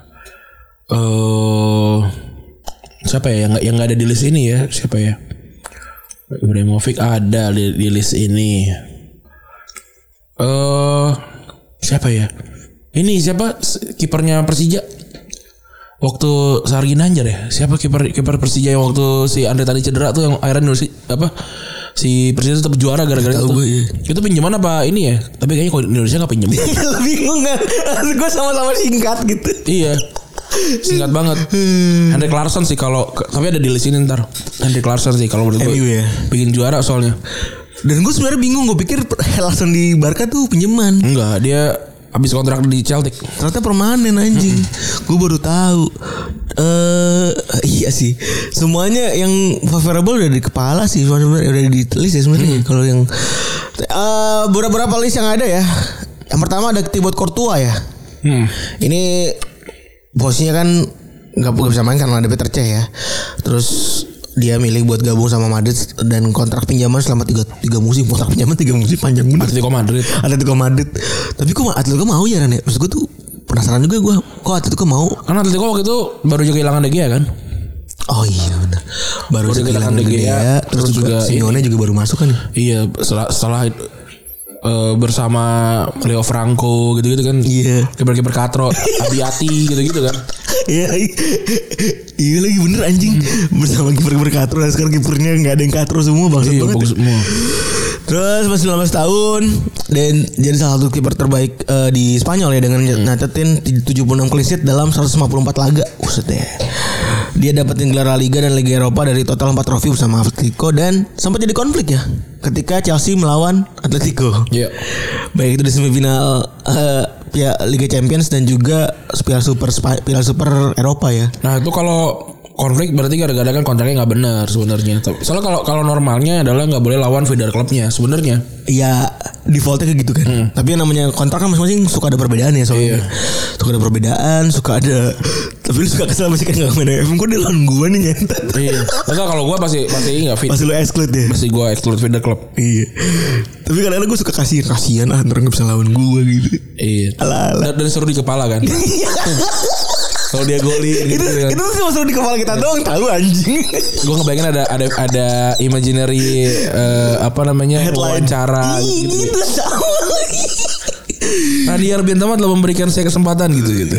uh, siapa ya yang nggak yang nggak ada di list ini ya, siapa ya? Ibrahimovic ada di, di list ini. Eh uh, siapa ya? Ini siapa kipernya Persija? Waktu Sargi Nanjar ya? Siapa kiper kiper Persija yang waktu si Andre tadi cedera tuh yang akhirnya nulis apa? Si Persija tetap juara gara-gara itu. Iya. Itu pinjaman apa ini ya? Tapi kayaknya kalau Indonesia nggak pinjam. Bingung kan? Gue sama-sama singkat gitu. Iya. Singkat banget. Henrik Larsson sih kalau tapi ada di list ini ntar. Henrik Larsson sih kalau menurut gue. Ya? Bikin juara soalnya. Dan gue sebenarnya bingung. Gue pikir Larsson di Barca tuh pinjaman. Enggak, dia habis kontrak di Celtic. Ternyata permanen anjing. Hmm. Gue baru tahu. Eh uh, iya sih. Semuanya yang favorable udah di kepala sih sebenarnya, udah di list ya sebenarnya. Hmm. Kalau yang uh, beberapa list yang ada ya. Yang pertama ada Thibaut Courtois ya. Hmm. Ini posisinya kan nggak bisa main karena ada Peter Cech ya. Terus dia milih buat gabung sama Madrid dan kontrak pinjaman selama tiga, tiga musim. Kontrak pinjaman tiga musim panjang banget. Atletico Madrid. Atletico Madrid. Tapi kok Atletico mau ya Ran ya? Maksud gue tuh penasaran juga gue. Kok Atletico mau? Karena Atletico waktu itu baru juga kehilangan De Gea kan? Oh iya benar. Baru, baru kehilangan De Gea. Gea terus, terus juga Simeone juga baru masuk kan? Iya setelah, setelah uh, bersama Leo Franco gitu-gitu kan. Iya. Kiper-kiper Katro, Abiati gitu-gitu kan. Iya. Iya lagi bener anjing. Bersama kiper-kiper katro. Sekarang kipernya gak ada yang katro semua. Bangsat Iya, banget bagus semua. Terus masih sembilan belas tahun dan jadi salah satu kiper terbaik uh, di Spanyol ya dengan nyatetin tujuh puluh enam clean sheet dalam seratus lima puluh empat laga. Buset deh. Dia dapetin gelar La Liga dan Liga Eropa dari total empat trofi bersama Atletico dan sempat jadi konflik ya ketika Chelsea melawan Atletico. Iya. Baik itu di semifinal uh, Piala Liga Champions dan juga Piala Super Piala Super Eropa ya. Nah, itu kalau konflik berarti gara-gara kan kontraknya nggak benar sebenarnya. Soalnya kalau kalau normalnya adalah nggak boleh lawan feeder klubnya sebenarnya. Iya, defaultnya kayak gitu kan. Hmm. Tapi yang namanya kontrak kan masing-masing suka ada perbedaan ya soalnya. Iya. Suka ada perbedaan, suka ada. Tapi lu suka kesel masih kan nggak main F M. Kok dia lawan gue nih nyentat. Iya. Enggak, kalau gue pasti pasti nggak fit. Pasti lu exclude ya. Pasti gue exclude feeder klub. Iya. Tapi kadang-kadang gue suka kasihan kasihan ah ntar nggak bisa lawan gue gitu. Iya. Ala-ala. Dan, dan seru di kepala kan. Kalau dia golin gitu, itu, kan. Itu tuh seru di kepala kita doang tahu anjing. Gue ngebayangin ada ada ada imaginary uh, apa namanya headline wawancara gitu. Itu sama lagi. Radiar Bintama telah memberikan saya kesempatan gitu gitu.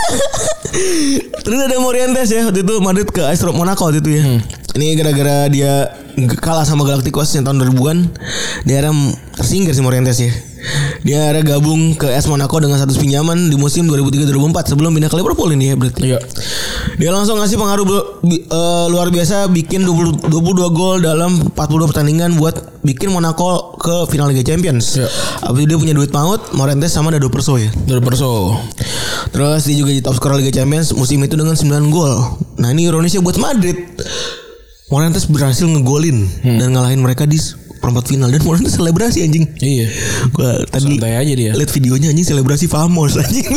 Terus ada Morientes ya waktu itu Madrid ke A S Monaco waktu itu ya. Hmm. Ini gara-gara dia kalah sama Galacticos yang tahun dua ribuan. Dia akhirnya tersingkir si Morientes ya. Dia akhirnya gabung ke A S Monaco dengan status pinjaman di musim dua ribu tiga dua ribu empat sebelum pindah ke Liverpool ini ya berarti. Iya. Dia langsung ngasih pengaruh uh, luar biasa bikin dua puluh, dua puluh dua gol dalam empat puluh dua pertandingan buat bikin Monaco ke final Liga Champions. Iya. Abis itu dia punya duit maut, Morientes sama Dado Perso ya. Dado Perso. Terus dia juga jadi top scorer Liga Champions musim itu dengan sembilan gol. Nah, ini ironisnya buat Madrid. Morientes berhasil ngegolin hmm. dan ngalahin mereka di perempat final dan Morientes selebrasi anjing. Iya. Gua tadi santai aja dia. Lihat videonya anjing selebrasi famos anjing.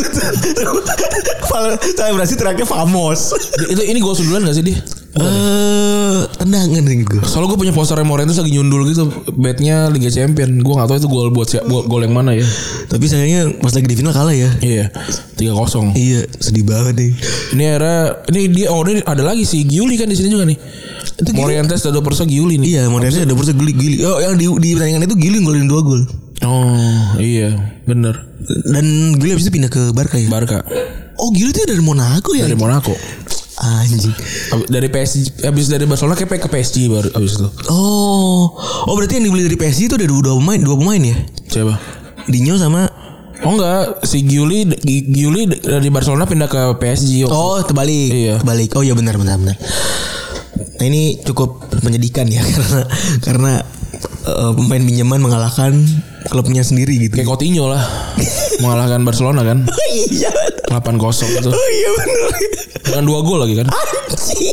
Selebrasi terakhir famos. Itu ini gol sundulan enggak sih dia? Eh, uh, tendangan nih gue. Soalnya gue punya posternya Morientes lagi nyundul gitu, bednya Liga Champion. Gue nggak tahu itu gol buat siapa, gol yang mana ya. Tapi sayangnya pas lagi di final kalah ya. Iya. tiga kosong. Iya, sedih banget nih. Ini era ini dia oh ini ada lagi si Giuli kan di sini juga nih. Itu Morientes Dado Perso Giuli nih. Iya, Morientes Dado Perso Giuli Giuli. Oh, yang di di pertandingan itu Giuli golin dua gol. Oh, iya, bener. Dan Giuli habis itu pindah ke Barca ya. Barca. Oh, Giuli itu dari Monaco ya. Dari Monaco. Anjing. Dari P S G habis dari Barcelona kayak ke P S G baru habis itu. Oh. Oh, berarti yang dibeli dari P S G itu ada dua pemain, dua pemain ya? Siapa? Dinyo sama oh enggak, si Giuli Giuli dari Barcelona pindah ke P S G. Oh, terbalik. Iya. Terbalik. Oh iya benar benar benar. Nah, ini cukup menyedihkan ya karena karena uh, pemain pinjaman mengalahkan klubnya sendiri gitu. Kayak Coutinho lah. Mengalahkan Barcelona kan. Iya. delapan kosong itu. Oh iya benar. Dengan dua gol lagi kan. Anjing.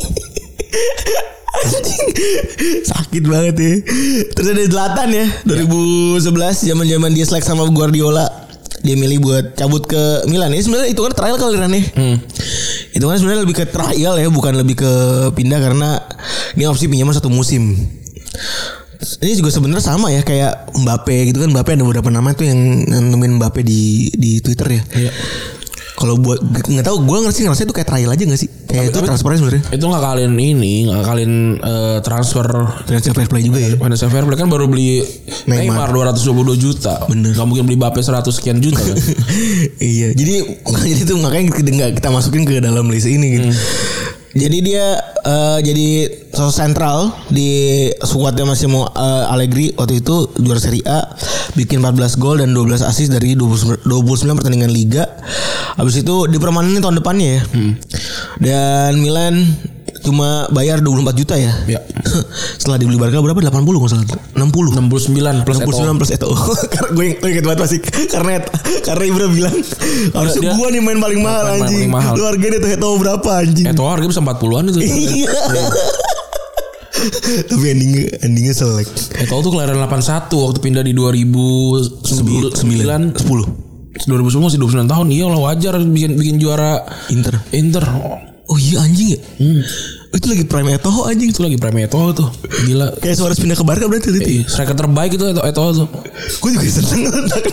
Anjing. Sakit banget ya. Terus ada Zlatan ya dua ribu sebelas zaman-zaman dia selek sama Guardiola. Dia milih buat cabut ke Milan. Ini sebenarnya itu kan trial kali kan nih. Hmm. Itu kan sebenarnya lebih ke trial ya, bukan lebih ke pindah karena ini opsi pinjaman satu musim. Ini juga sebenarnya sama ya kayak Mbappe gitu kan. Mbappe ada beberapa nama tuh yang nemuin Mbappe di di Twitter ya. Iya. Kalau buat nggak tahu, gue ngerti ngerasa itu kayak trial aja nggak sih? Kayak itu transfernya sebenarnya. Itu ngakalin ini, ngakalin uh, transfer. Transfer fair play juga ya. Transfer fair play kan baru beli Neymar, Neymar dua ratus dua puluh dua juta. Bener. Gak mungkin beli Mbappe seratus sekian juta kan. Iya. Jadi jadi itu makanya kita, kita masukin ke dalam list ini gitu. Hmm. Jadi dia uh, jadi sosok sentral di skuadnya Massimo uh, Allegri waktu itu juara Serie A, bikin empat belas gol dan dua belas assist dari dua puluh sembilan pertandingan liga. Habis itu dipermanenin tahun depannya ya. Hmm. Dan Milan cuma bayar dua puluh empat juta ya. Ya. Setelah dibeli Barca berapa? delapan puluh enggak salah. enam puluh. enam puluh sembilan plus enam puluh sembilan plus Eto'o. Karena gue gue ingat banget masih karena karena Ibra bilang harusnya gue nih main paling mahal anjing. Lu harganya tuh Eto'o berapa anjing? Eto'o harganya bisa empat puluhan itu. Iya. Tapi endingnya endingnya selek. Eto'o tuh kelahiran delapan puluh satu waktu pindah di dua ribu sembilan sepuluh. dua ribu sepuluh masih dua puluh sembilan tahun. Iya lah wajar bikin bikin juara Inter. Inter. Oh iya anjing ya. Hmm. Itu lagi prime Eto'o anjing. Itu lagi prime Eto'o tuh. Gila. Kayak Suarez pindah ke Barca berarti itu. Eh, striker terbaik itu Eto'o tuh. Gue juga seneng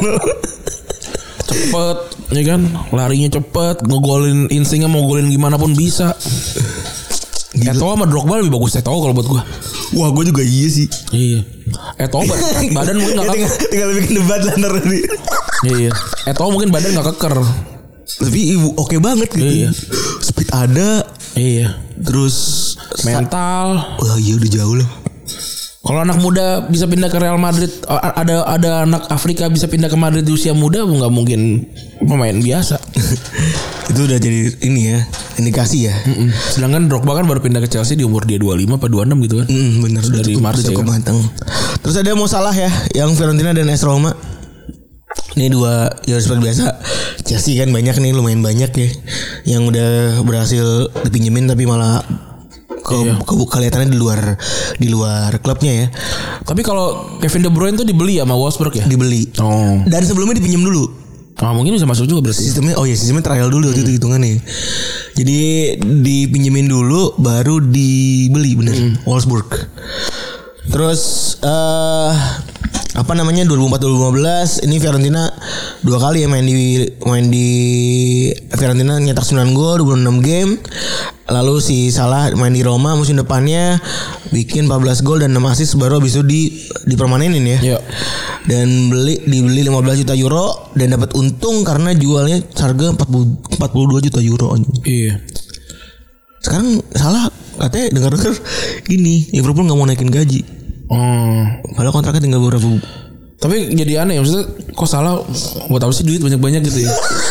cepet ya kan, larinya cepet, ngegolin instingnya mau golin gimana pun bisa. Eto'o sama Drogba lebih bagus Eto'o kalau buat gue. Wah gue juga iya sih. Iya. Eto'o badan mungkin nggak tinggal, tinggal bikin debat lah ntar tadi. Iya. Eto'o mungkin badan nggak keker. Tapi oke okay banget gitu. Iya. Speed ada. Iya. Terus mental. Wah, iya udah jauh lah. Kalau anak muda bisa pindah ke Real Madrid, ada ada anak Afrika bisa pindah ke Madrid di usia muda, nggak mungkin pemain biasa. Itu udah jadi ini ya, indikasi ya. Mm-mm. Sedangkan Drogba kan baru pindah ke Chelsea di umur dia dua puluh lima apa dua puluh enam gitu kan. Mm, bener, dari Marseille cukup kan. matang. Terus ada Mo Salah ya, yang Fiorentina dan A S Roma. Ini dua ya seperti biasa. Chelsea kan banyak nih, lumayan banyak ya, yang udah berhasil dipinjemin tapi malah ke, iya. ke kelihatannya di luar di luar klubnya ya. Tapi kalau Kevin De Bruyne tuh dibeli sama Wolfsburg ya? Dibeli. Oh. Dan sebelumnya dipinjam dulu. Ah, mungkin bisa masuk juga berarti. Sistemnya oh ya sistemnya trial dulu waktu hmm. itu hitungannya. Jadi dipinjemin dulu baru dibeli bener hmm. Wolfsburg. Terus uh, apa namanya dua ribu empat dua ribu lima belas ini Fiorentina dua kali ya main di main di Fiorentina nyetak sembilan gol dua puluh enam game. Lalu si Salah main di Roma musim depannya bikin empat belas gol dan enam assist baru habis itu di dipermanenin ya. Iya. Dan beli dibeli lima belas juta euro dan dapat untung karena jualnya harga empat puluh dua juta euro. Iya. Sekarang Salah katanya dengar-dengar ini Liverpool enggak mau naikin gaji. Oh, padahal kontraknya tinggal beberapa. Tapi jadi aneh maksudnya kok Salah buat apa sih duit banyak-banyak gitu ya.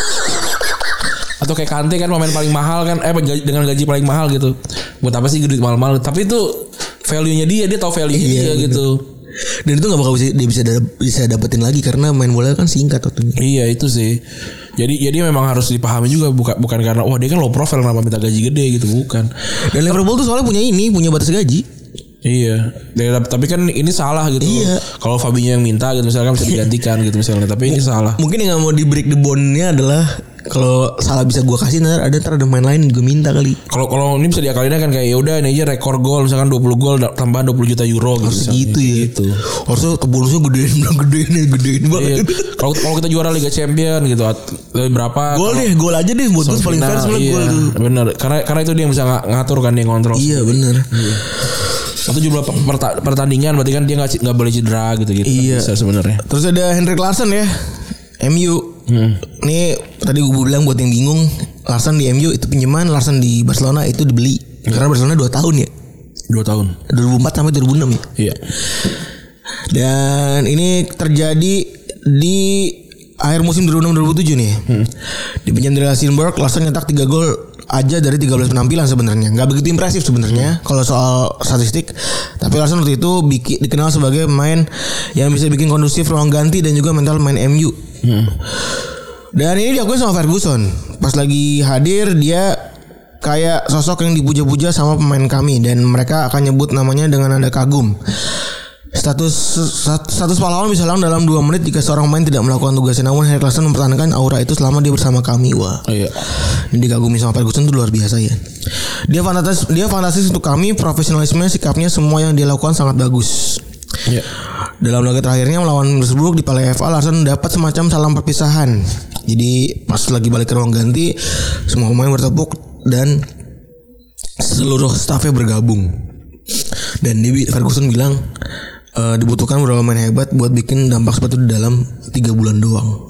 Atau kayak Kante kan pemain paling mahal kan, eh dengan gaji paling mahal gitu. Buat apa sih duit mahal-mahal? Tapi itu value-nya dia, dia tahu value-nya iya, dia bener. Gitu. Dan itu nggak bakal bisa dia bisa bisa dapetin lagi karena main bola kan singkat waktunya. Iya itu sih. Jadi jadi memang harus dipahami juga bukan bukan karena wah dia kan low profile kenapa minta gaji gede gitu, bukan. Dan Liverpool tuh soalnya punya ini, punya batas gaji. Iya, tapi kan ini salah gitu. Iya. Kalau Fabinho yang minta gitu misalkan bisa digantikan gitu misalnya, tapi ini salah. Mungkin yang nggak mau di break the bond-nya adalah kalau Salah bisa gua kasih ntar ada ntar ada main lain gue minta kali. Kalau kalau ini bisa diakalinnya kan kayak ya udah ini aja rekor gol misalkan dua puluh gol tambahan dua puluh juta euro gitu. Harus gitu ya. Gitu. Harusnya bonusnya gedein gedein gedein banget. Kalau iya. kalau kita juara Liga Champion gitu berapa? Gol deh, gol aja deh bonus paling fair sebenarnya iya, gol tuh. Bener. Karena karena itu dia yang bisa ngatur kan, dia ngontrol. Iya bener. Iya. Atau jumlah pertandingan berarti kan dia nggak nggak boleh cedera gitu-gitu. Iya. Kan bisa sebenarnya. Terus ada Henrik Larsson ya, M U. Hmm. Ini tadi gue bilang buat yang bingung, Larsson di M U itu pinjaman, Larsson di Barcelona itu dibeli. Hmm. Karena Barcelona dua tahun ya. dua tahun. dua ribu empat sampai dua ribu enam ya. Iya. Dan ini terjadi di akhir musim dua ribu enam dua ribu tujuh nih. Hmm. Dipinjam dari Helsingborg, Larsson nyetak tiga gol aja dari tiga belas penampilan sebenarnya. Enggak begitu impresif sebenarnya kalau soal statistik. Tapi Larsson waktu itu bikin, dikenal sebagai pemain yang bisa bikin kondusif ruang ganti dan juga mental main M U. Hmm. Dan ini diakui sama Ferguson. Pas lagi hadir dia kayak sosok yang dipuja-puja sama pemain kami dan mereka akan nyebut namanya dengan nada kagum. Status status pahlawan bisa hilang dalam dua menit jika seorang pemain tidak melakukan tugasnya. Namun Henrik Larsson mempertahankan aura itu selama dia bersama kami. Wah, oh, iya. Ini dikagumi sama Ferguson itu luar biasa ya. Dia fantastis, dia fantastis untuk kami. Profesionalisme, sikapnya, semua yang dia lakukan sangat bagus. Iya. Dalam laga terakhirnya melawan Middlesbrough di Piala F A, Larsson dapat semacam salam perpisahan. Jadi pas lagi balik ke ruang ganti, semua pemain bertepuk dan seluruh stafnya bergabung. Dan dia, Ferguson bilang Uh, dibutuhkan beberapa pemain hebat buat bikin dampak seperti itu dalam tiga bulan doang.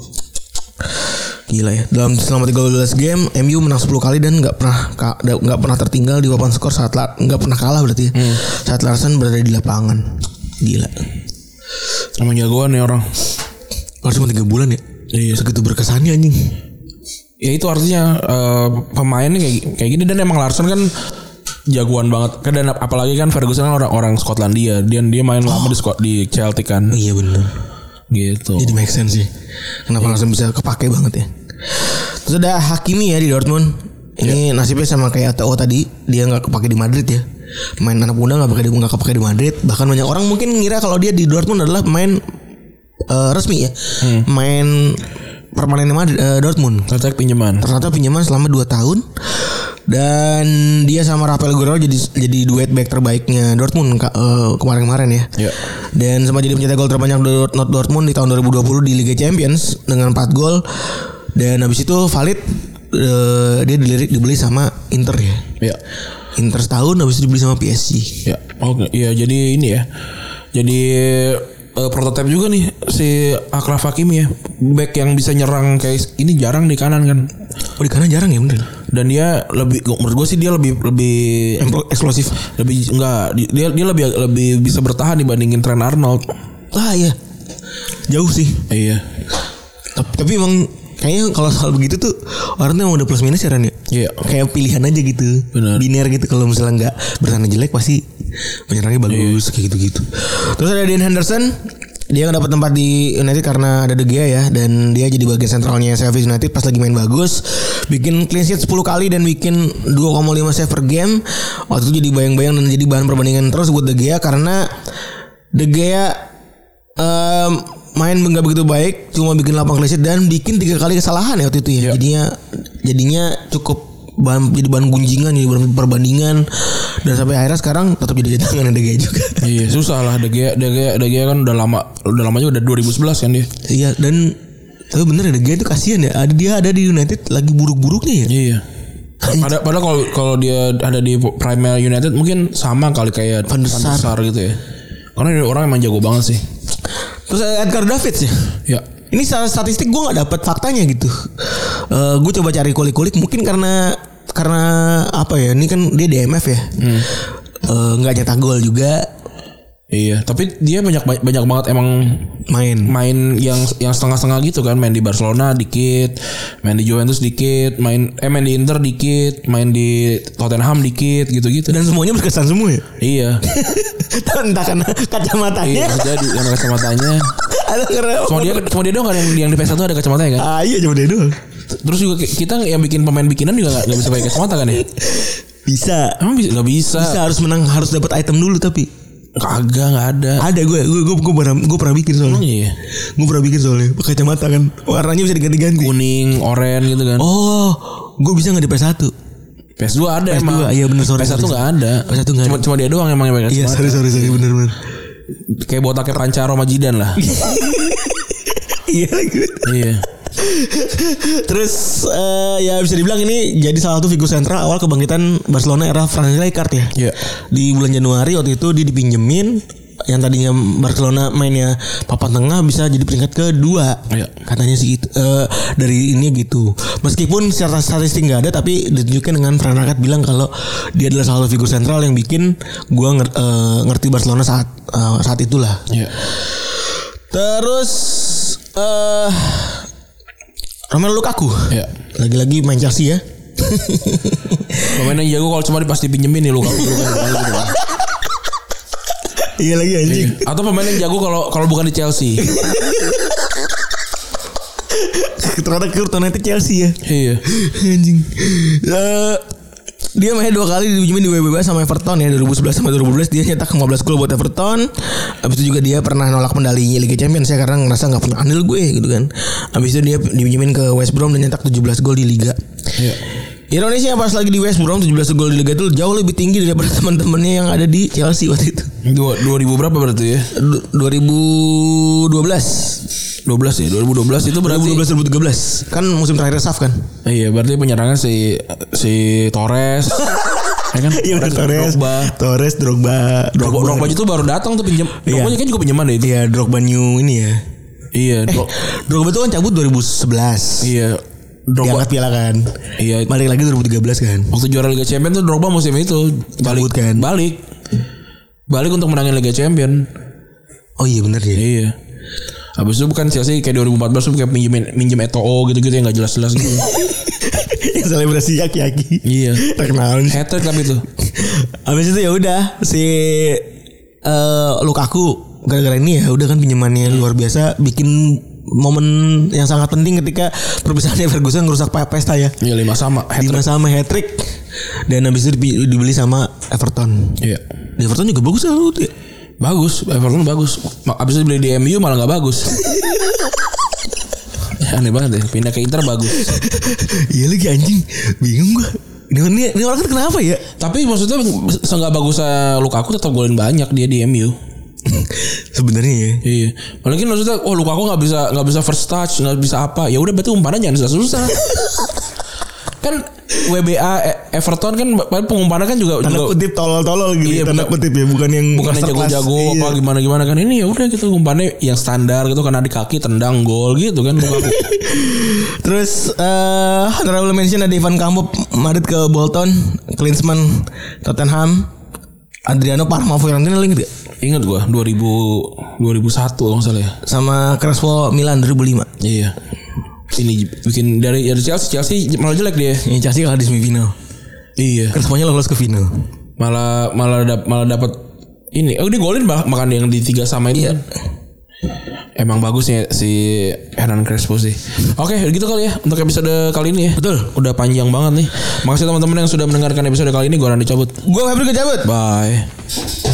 Gila ya. Dalam selama tiga belas game M U menang sepuluh kali dan nggak pernah nggak pernah tertinggal di papan skor saat nggak pernah kalah berarti ya. Hmm. Saat Larsson berada di lapangan. Gila. Sama jagoan nih orang. Harus cuma tiga bulan ya. Iya. Segitu berkesannya anjing. Ya itu artinya uh, pemainnya kayak kayak gini dan emang Larsson kan jagoan banget kan, dan apalagi kan Ferguson kan orang-orang Skotlandia, dia dia main oh. lama di Skot di Celtic kan. Iya benar. Gitu. Jadi make sense sih. Kenapa langsung bisa kepake banget ya. Terus ada Hakimi ya di Dortmund. Ini yeah. nasibnya sama kayak T O tadi, dia nggak kepake di Madrid ya. Main anak muda nggak pakai nggak kepake di Madrid. Bahkan banyak orang mungkin ngira kalau dia di Dortmund adalah main uh, resmi ya, hmm. main permanen di Madrid, uh, Dortmund. Ternyata pinjaman. Ternyata pinjaman selama dua tahun. Dan dia sama Rafael Guerreiro jadi jadi duet back terbaiknya Dortmund uh, kemarin-kemarin ya. Yeah. Dan sempat jadi pencetak gol terbanyak Not Dortmund di tahun dua ribu dua puluh di Liga Champions dengan empat gol. Dan habis itu valid uh, dia dilirik dibeli sama Inter ya. Yeah. Inter setahun habis itu dibeli sama P S G. Ya. Yeah. Oke, okay. Iya jadi ini ya. Jadi uh, prototipe juga nih si Achraf Hakimi ya. Back yang bisa nyerang kayak ini jarang di kanan kan. Oh di kanan jarang ya bener. Dan dia lebih menurut gue sih dia lebih lebih eksplosif. Lebih enggak dia dia lebih lebih bisa bertahan dibandingin Trent Arnold. Ah iya. Jauh sih. Iya. Tapi, tapi emang kayaknya kalau soal begitu tuh orang tuh emang udah plus minus ya Ran ya. Iya. Kayak pilihan aja gitu. Benar. Biner gitu, kalau misalnya nggak bertahan jelek pasti menyerangnya bagus. Iya. Kayak gitu-gitu. Terus ada Dean Henderson. Dia dapat tempat di United karena ada De Gea ya, dan dia jadi bagian sentralnya Sheffield United pas lagi main bagus, bikin clean sheet sepuluh kali dan bikin dua koma lima save per game. Waktu itu jadi bayang-bayang dan jadi bahan perbandingan terus buat De Gea karena De Gea um, main nggak begitu baik, cuma bikin delapan clean sheet dan bikin tiga kali kesalahan ya waktu itu ya. Yeah. Jadinya jadinya cukup bahan, jadi bahan gunjingan, jadi bahan perbandingan, dan sampai akhirnya sekarang tetap jadi cadangan De Gea juga. Iya susah lah De Gea, De Gea, De Gea kan udah lama, udah lamanya udah dua ribu sebelas kan dia. Iya dan tapi bener ya De Gea itu kasihan ya, ada dia ada di United lagi buruk-buruknya ya. Iya. Pada padahal kalau kalau dia ada di Premier United mungkin sama kali kayak Van der Sar gitu ya. Karena dia orang emang jago banget sih. Terus Edgar Davids ya. Ya. Ini statistik gue nggak dapat faktanya gitu. Uh, gue coba cari kulik-kulik mungkin karena karena apa ya? Ini kan dia D M F ya. Hmm. Uh, nggak nyetak gol juga. Iya, tapi dia banyak banyak banget emang main main yang yang setengah-setengah gitu kan, main di Barcelona dikit, main di Juventus dikit, main eh main di Inter dikit, main di Tottenham dikit gitu-gitu. Dan semuanya berkesan semua ya. Iya. Entah karena kacamatanya. Iya, jadi karena kacamatanya. Ada karena cuma dia cuma dia doang kan yang yang di P S satu ada kacamatanya kan? Ah iya cuma dia doang. Terus juga kita yang bikin pemain bikinan juga nggak bisa pakai kacamata kan ya? Bisa. Emang bisa nggak bisa? Bisa, harus menang, harus dapat item dulu tapi. Kagak, nggak ada. Ada gue, gue, gue, gue pernah, gue pernah bikin soalnya. Oh, iya. Gue pernah bikin soalnya. Pakai kacamata kan, warnanya bisa diganti-ganti. Kuning, oranye gitu kan. Oh, gue bisa nggak di P S satu? P S dua ada P S dua, emang. iya benar, sorry. P S satu nggak ada. P S satu nggak. Cuma, cuma dia doang emang yang pakai kacamata. Iya, sorry, sorry, sorry, benar, benar. Kayak botaknya Pancaro Majidan lah. Iya lagi. Iya. Terus uh, ya bisa dibilang ini jadi salah satu figur sentral awal kebangkitan Barcelona era Frank Rijkaard ya. Iya. Di bulan Januari waktu itu dia dipinjemin, yang tadinya Barcelona mainnya papan tengah bisa jadi peringkat kedua. Iya. Katanya sih gitu, uh, dari ini gitu. Meskipun secara statistik nggak ada, tapi ditunjukkan dengan Frank Rijkaard bilang kalau dia adalah salah satu figur sentral yang bikin gua nger- uh, ngerti Barcelona saat uh, saat itulah. Iya. Terus uh, Romelu Lukaku. Ya. Lagi-lagi main Chelsea ya. Pemain yang jago kalau cuma pasti pinjemin nih Lukaku. Iya lagi anjing. Atau pemain yang jago kalau kalau bukan di Chelsea. Ternyata keturunannya Chelsea ya. Iya. Anjing. Uh, dia main dua kali dipinjemin di W B B sama Everton ya, dua ribu sebelas sama dua ribu dua belas dia nyetak lima belas gol buat Everton. Habis itu juga dia pernah nolak medali Liga Champions ya karena ngerasa enggak punya andil gue gitu kan. Habis itu dia dipinjemin ke West Brom dan nyetak tujuh belas gol di liga. Iya. Ironisnya pas lagi di West Brom tujuh belas gol di liga itu jauh lebih tinggi daripada teman-temannya yang ada di Chelsea waktu itu. dua ribu berapa berarti ya? dua ribu dua belas dua belas ya, dua ribu dua belas itu berarti dua ribu dua belas dua ribu tiga belas kan musim terakhir Saf kan. Iya, berarti penyerangnya si si Torres. Ya kan? Iya benar, Torres, Drogba. Torres, Drogba, Drogba, Drogba itu baru datang tuh pinjam. Drogba iya. kan juga pinjaman deh itu. Iya, Drogba new ini ya. Iya, eh, Drogba itu kan cabut dua ribu sebelas. Iya. Drogba diangkat piala kan. Iya. Balik lagi dua ribu tiga belas kan. Waktu juara Liga Champions tuh Drogba musim itu balik cabut kan. Balik. Balik untuk menangin Liga Champions. Oh iya benar ya. Iya. Habis itu bukan Chelsea kayak dua ribu empat belas tuh kayak pinjemin minjem Eto'o gitu-gitu yang enggak jelas-jelas gitu. Yang selebrasi yaki-yaki. Iya. Terkenal. Hat-trick tapi itu. Habis itu ya udah si uh, Lukaku gara-gara ini ya udah kan pinjamannya luar biasa, bikin momen yang sangat penting ketika perpisahannya Ferguson ngerusak pesta ya. Iya lima sama lima sama hat-trick. Dan habis itu dibeli sama Everton. Iya. Di Everton juga bagus lah ya. Bagus, Everton bagus. Abis itu beli di M U malah nggak bagus. Ya, aneh banget deh. Pindah ke Inter bagus. Iya lagi anjing, bingung gua. Ini, ini, ini orang kan kenapa ya? Tapi maksudnya seenggak bagusnya Lukaku tetap golin banyak dia di M U. Sebenarnya ya. Iya. Apalagi maksudnya, oh Lukaku nggak bisa nggak bisa first touch, nggak bisa apa. Ya udah berarti umpannya jangan susah-susah. kan W B A Everton kan pengumpannya kan juga tanda juga, kutip tolol-tolol gitu. Iya, tanda kutip ya, bukan yang bukan yang jago-jago iya. apa gimana-gimana kan. Ini ya udah gitu umpannya yang standar gitu, karena di kaki tendang gol gitu kan. Terus uh, honorable mention ada Ivan Campbell Madrid ke Bolton, Klinsmann Tottenham, Adriano Parma Fiorentina, inget gak? Ingat gua dua ribu dua ribu satu kalau salah ya. Sama Crespo Milan dua ribu lima. Iya. Ini bikin dari dari Chelsea Chelsea malah jelek dia. Ini Chelsea kalah di semifinal. Iya. Cresponya lolos ke final. Malah malah dap, malah dapat ini. Oh, dia golin bah makan yang di tiga sama itu. Iya. Kan. Emang bagusnya si Hernan Crespo sih. Oke, gitu kali ya untuk episode kali ini ya. Betul. Udah panjang banget nih. Makasih teman-teman yang sudah mendengarkan episode kali ini. Gua Randy cabut. Gua Febri cabut. Bye.